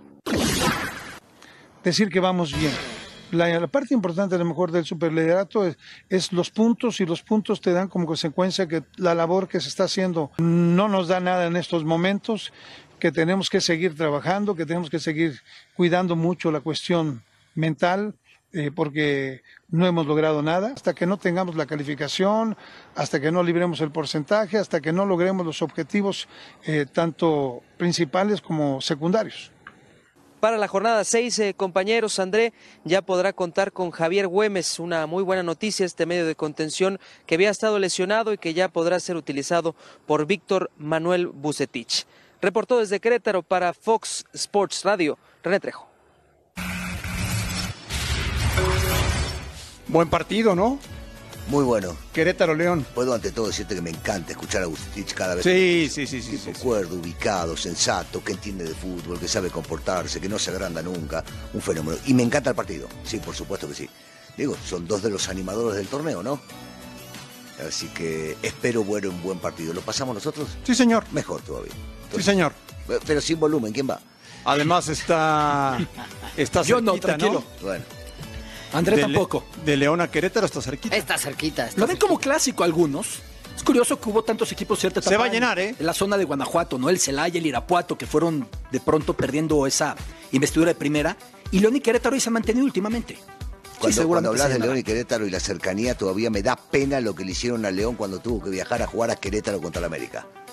Speaker 21: Decir que vamos bien. La, la parte importante a lo mejor del superliderato es, es los puntos, y los puntos te dan como consecuencia que la labor que se está haciendo no nos da nada en estos momentos, que tenemos que seguir trabajando, que tenemos que seguir cuidando mucho la cuestión mental, eh, porque no hemos logrado nada. Hasta que no tengamos la calificación, hasta que no libremos el porcentaje, hasta que no logremos los objetivos eh, tanto principales como secundarios.
Speaker 20: Para la jornada seis, eh, compañeros, André ya podrá contar con Javier Güemes, una muy buena noticia, este medio de contención que había estado lesionado y que ya podrá ser utilizado por Víctor Manuel Vucetich. Reportó desde Querétaro para Fox Sports Radio, René Trejo.
Speaker 4: Buen partido, ¿no?
Speaker 6: Muy bueno.
Speaker 4: Querétaro León.
Speaker 6: Puedo ante todo decirte que me encanta escuchar a Vucetich cada vez.
Speaker 4: Sí,
Speaker 6: que...
Speaker 4: sí, sí, sí.
Speaker 6: Tipo
Speaker 4: sí,
Speaker 6: cuerdo, ubicado, sensato, que entiende de fútbol, que sabe comportarse, que no se agranda nunca. Un fenómeno. Y me encanta el partido. Sí, por supuesto que sí. Digo, son dos de los animadores del torneo, ¿no? Así que espero bueno un buen partido. ¿Lo pasamos nosotros?
Speaker 4: Sí, señor.
Speaker 6: Mejor todavía. Entonces,
Speaker 4: sí, señor.
Speaker 6: Pero sin volumen, ¿quién va?
Speaker 4: Además está... está
Speaker 3: Yo no,
Speaker 4: cerquita,
Speaker 3: tranquilo.
Speaker 6: ¿no? Bueno.
Speaker 3: André
Speaker 4: de
Speaker 3: tampoco.
Speaker 4: Le, de León a Querétaro está cerquita.
Speaker 5: Está cerquita. Está
Speaker 3: Lo ven
Speaker 5: cerquita.
Speaker 3: como clásico algunos. Es curioso que hubo tantos equipos cierta etapa
Speaker 4: Se va a llenar, ¿eh?
Speaker 3: En la zona de Guanajuato, ¿no? El Celaya, el Irapuato, que fueron de pronto perdiendo esa investidura de primera. Y León y Querétaro ahí se han mantenido últimamente.
Speaker 6: Cuando,
Speaker 3: sí,
Speaker 6: cuando hablas de
Speaker 3: llenará.
Speaker 6: León y Querétaro y la cercanía, todavía me da pena lo que le hicieron a León cuando tuvo que viajar a jugar a Querétaro contra el América.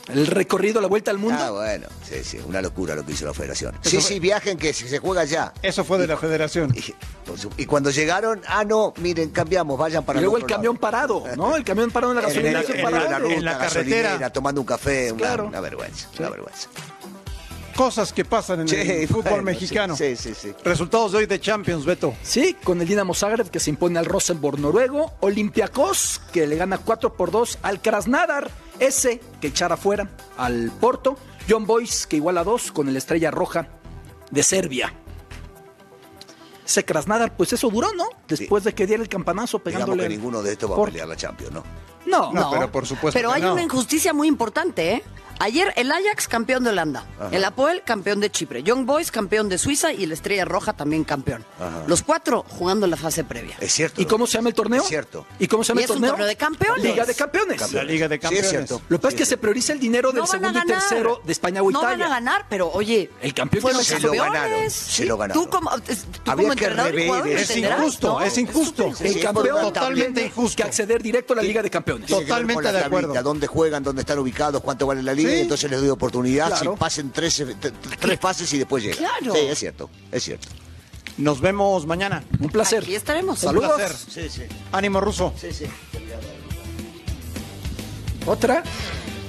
Speaker 3: El recorrido, la vuelta al mundo.
Speaker 6: Ah, bueno, sí, sí, una locura lo que hizo la federación. Sí, sí, viajen que se juega ya.
Speaker 4: Eso fue de la federación.
Speaker 6: Y, y cuando llegaron, ah, no, miren, cambiamos, vayan para
Speaker 3: y luego
Speaker 6: el,
Speaker 3: el camión
Speaker 6: lado.
Speaker 3: parado, ¿no? El camión parado en la gasolina.
Speaker 6: En, en, en,
Speaker 3: parado.
Speaker 6: en la ruta,
Speaker 4: en la carretera.
Speaker 6: gasolinera, tomando un café, una,
Speaker 3: claro.
Speaker 6: una vergüenza, sí. una vergüenza.
Speaker 4: Cosas que pasan en sí, el fútbol bueno, mexicano.
Speaker 6: Sí, sí, sí, sí.
Speaker 4: Resultados de hoy de Champions, Beto.
Speaker 3: Sí, con el Dinamo Zagreb que se impone al Rosenborg noruego. Olympiacos que le gana cuatro por dos al Krasnodar. Ese que echara fuera al Porto. Young Boys que iguala dos con el Estrella Roja de Serbia. Ese Krasnodar, pues eso duró, ¿no? Después sí. de que diera el campanazo pegándole.
Speaker 6: Digamos que ninguno de estos va a pelear la Champions, ¿no?
Speaker 3: No,
Speaker 5: no,
Speaker 4: pero por supuesto.
Speaker 5: Pero hay
Speaker 4: no.
Speaker 5: una injusticia muy importante, ¿eh? Ayer el Ajax campeón de Holanda, Ajá. el Apoel campeón de Chipre, Young Boys campeón de Suiza y el Estrella Roja también campeón. Ajá. Los cuatro jugando en la fase previa.
Speaker 6: Es cierto.
Speaker 3: ¿Y cómo se llama el torneo?
Speaker 6: Es cierto.
Speaker 3: ¿Y cómo se llama
Speaker 5: y
Speaker 3: el torneo?
Speaker 5: Es un torneo de campeones.
Speaker 3: Liga de Campeones.
Speaker 6: campeones.
Speaker 4: La Liga de Campeones.
Speaker 6: Sí, es cierto.
Speaker 3: Lo que pasa
Speaker 6: sí,
Speaker 3: es que se prioriza el dinero del
Speaker 5: no
Speaker 3: segundo y tercero de España o
Speaker 5: no
Speaker 3: Italia.
Speaker 5: No van a ganar, pero oye,
Speaker 3: el campeón
Speaker 5: fueron
Speaker 6: se
Speaker 5: campeones.
Speaker 6: lo ganaron. Se lo ganaron.
Speaker 5: Tú como, tú
Speaker 6: Había
Speaker 5: como
Speaker 6: que
Speaker 5: entrenador y jugador
Speaker 4: Es injusto,
Speaker 5: ¿no?
Speaker 4: es injusto.
Speaker 5: Es
Speaker 3: el campeón
Speaker 4: totalmente
Speaker 3: tiene
Speaker 4: injusto.
Speaker 3: que acceder directo a la Liga de Campeones.
Speaker 4: Totalmente
Speaker 6: la
Speaker 4: de acuerdo.
Speaker 6: Tablita, dónde juegan, dónde están ubicados, cuánto vale la liga,
Speaker 4: ¿Sí?
Speaker 6: y entonces les doy oportunidad
Speaker 3: Claro.
Speaker 6: si pasen tres, tres fases y después llegan.
Speaker 5: Claro.
Speaker 6: Sí, es cierto, es cierto.
Speaker 4: Nos vemos mañana.
Speaker 3: Un placer.
Speaker 5: Aquí estaremos.
Speaker 3: Saludos.
Speaker 4: Un placer.
Speaker 6: Sí, sí.
Speaker 4: Ánimo, Ruso.
Speaker 6: Sí, sí.
Speaker 3: Otra.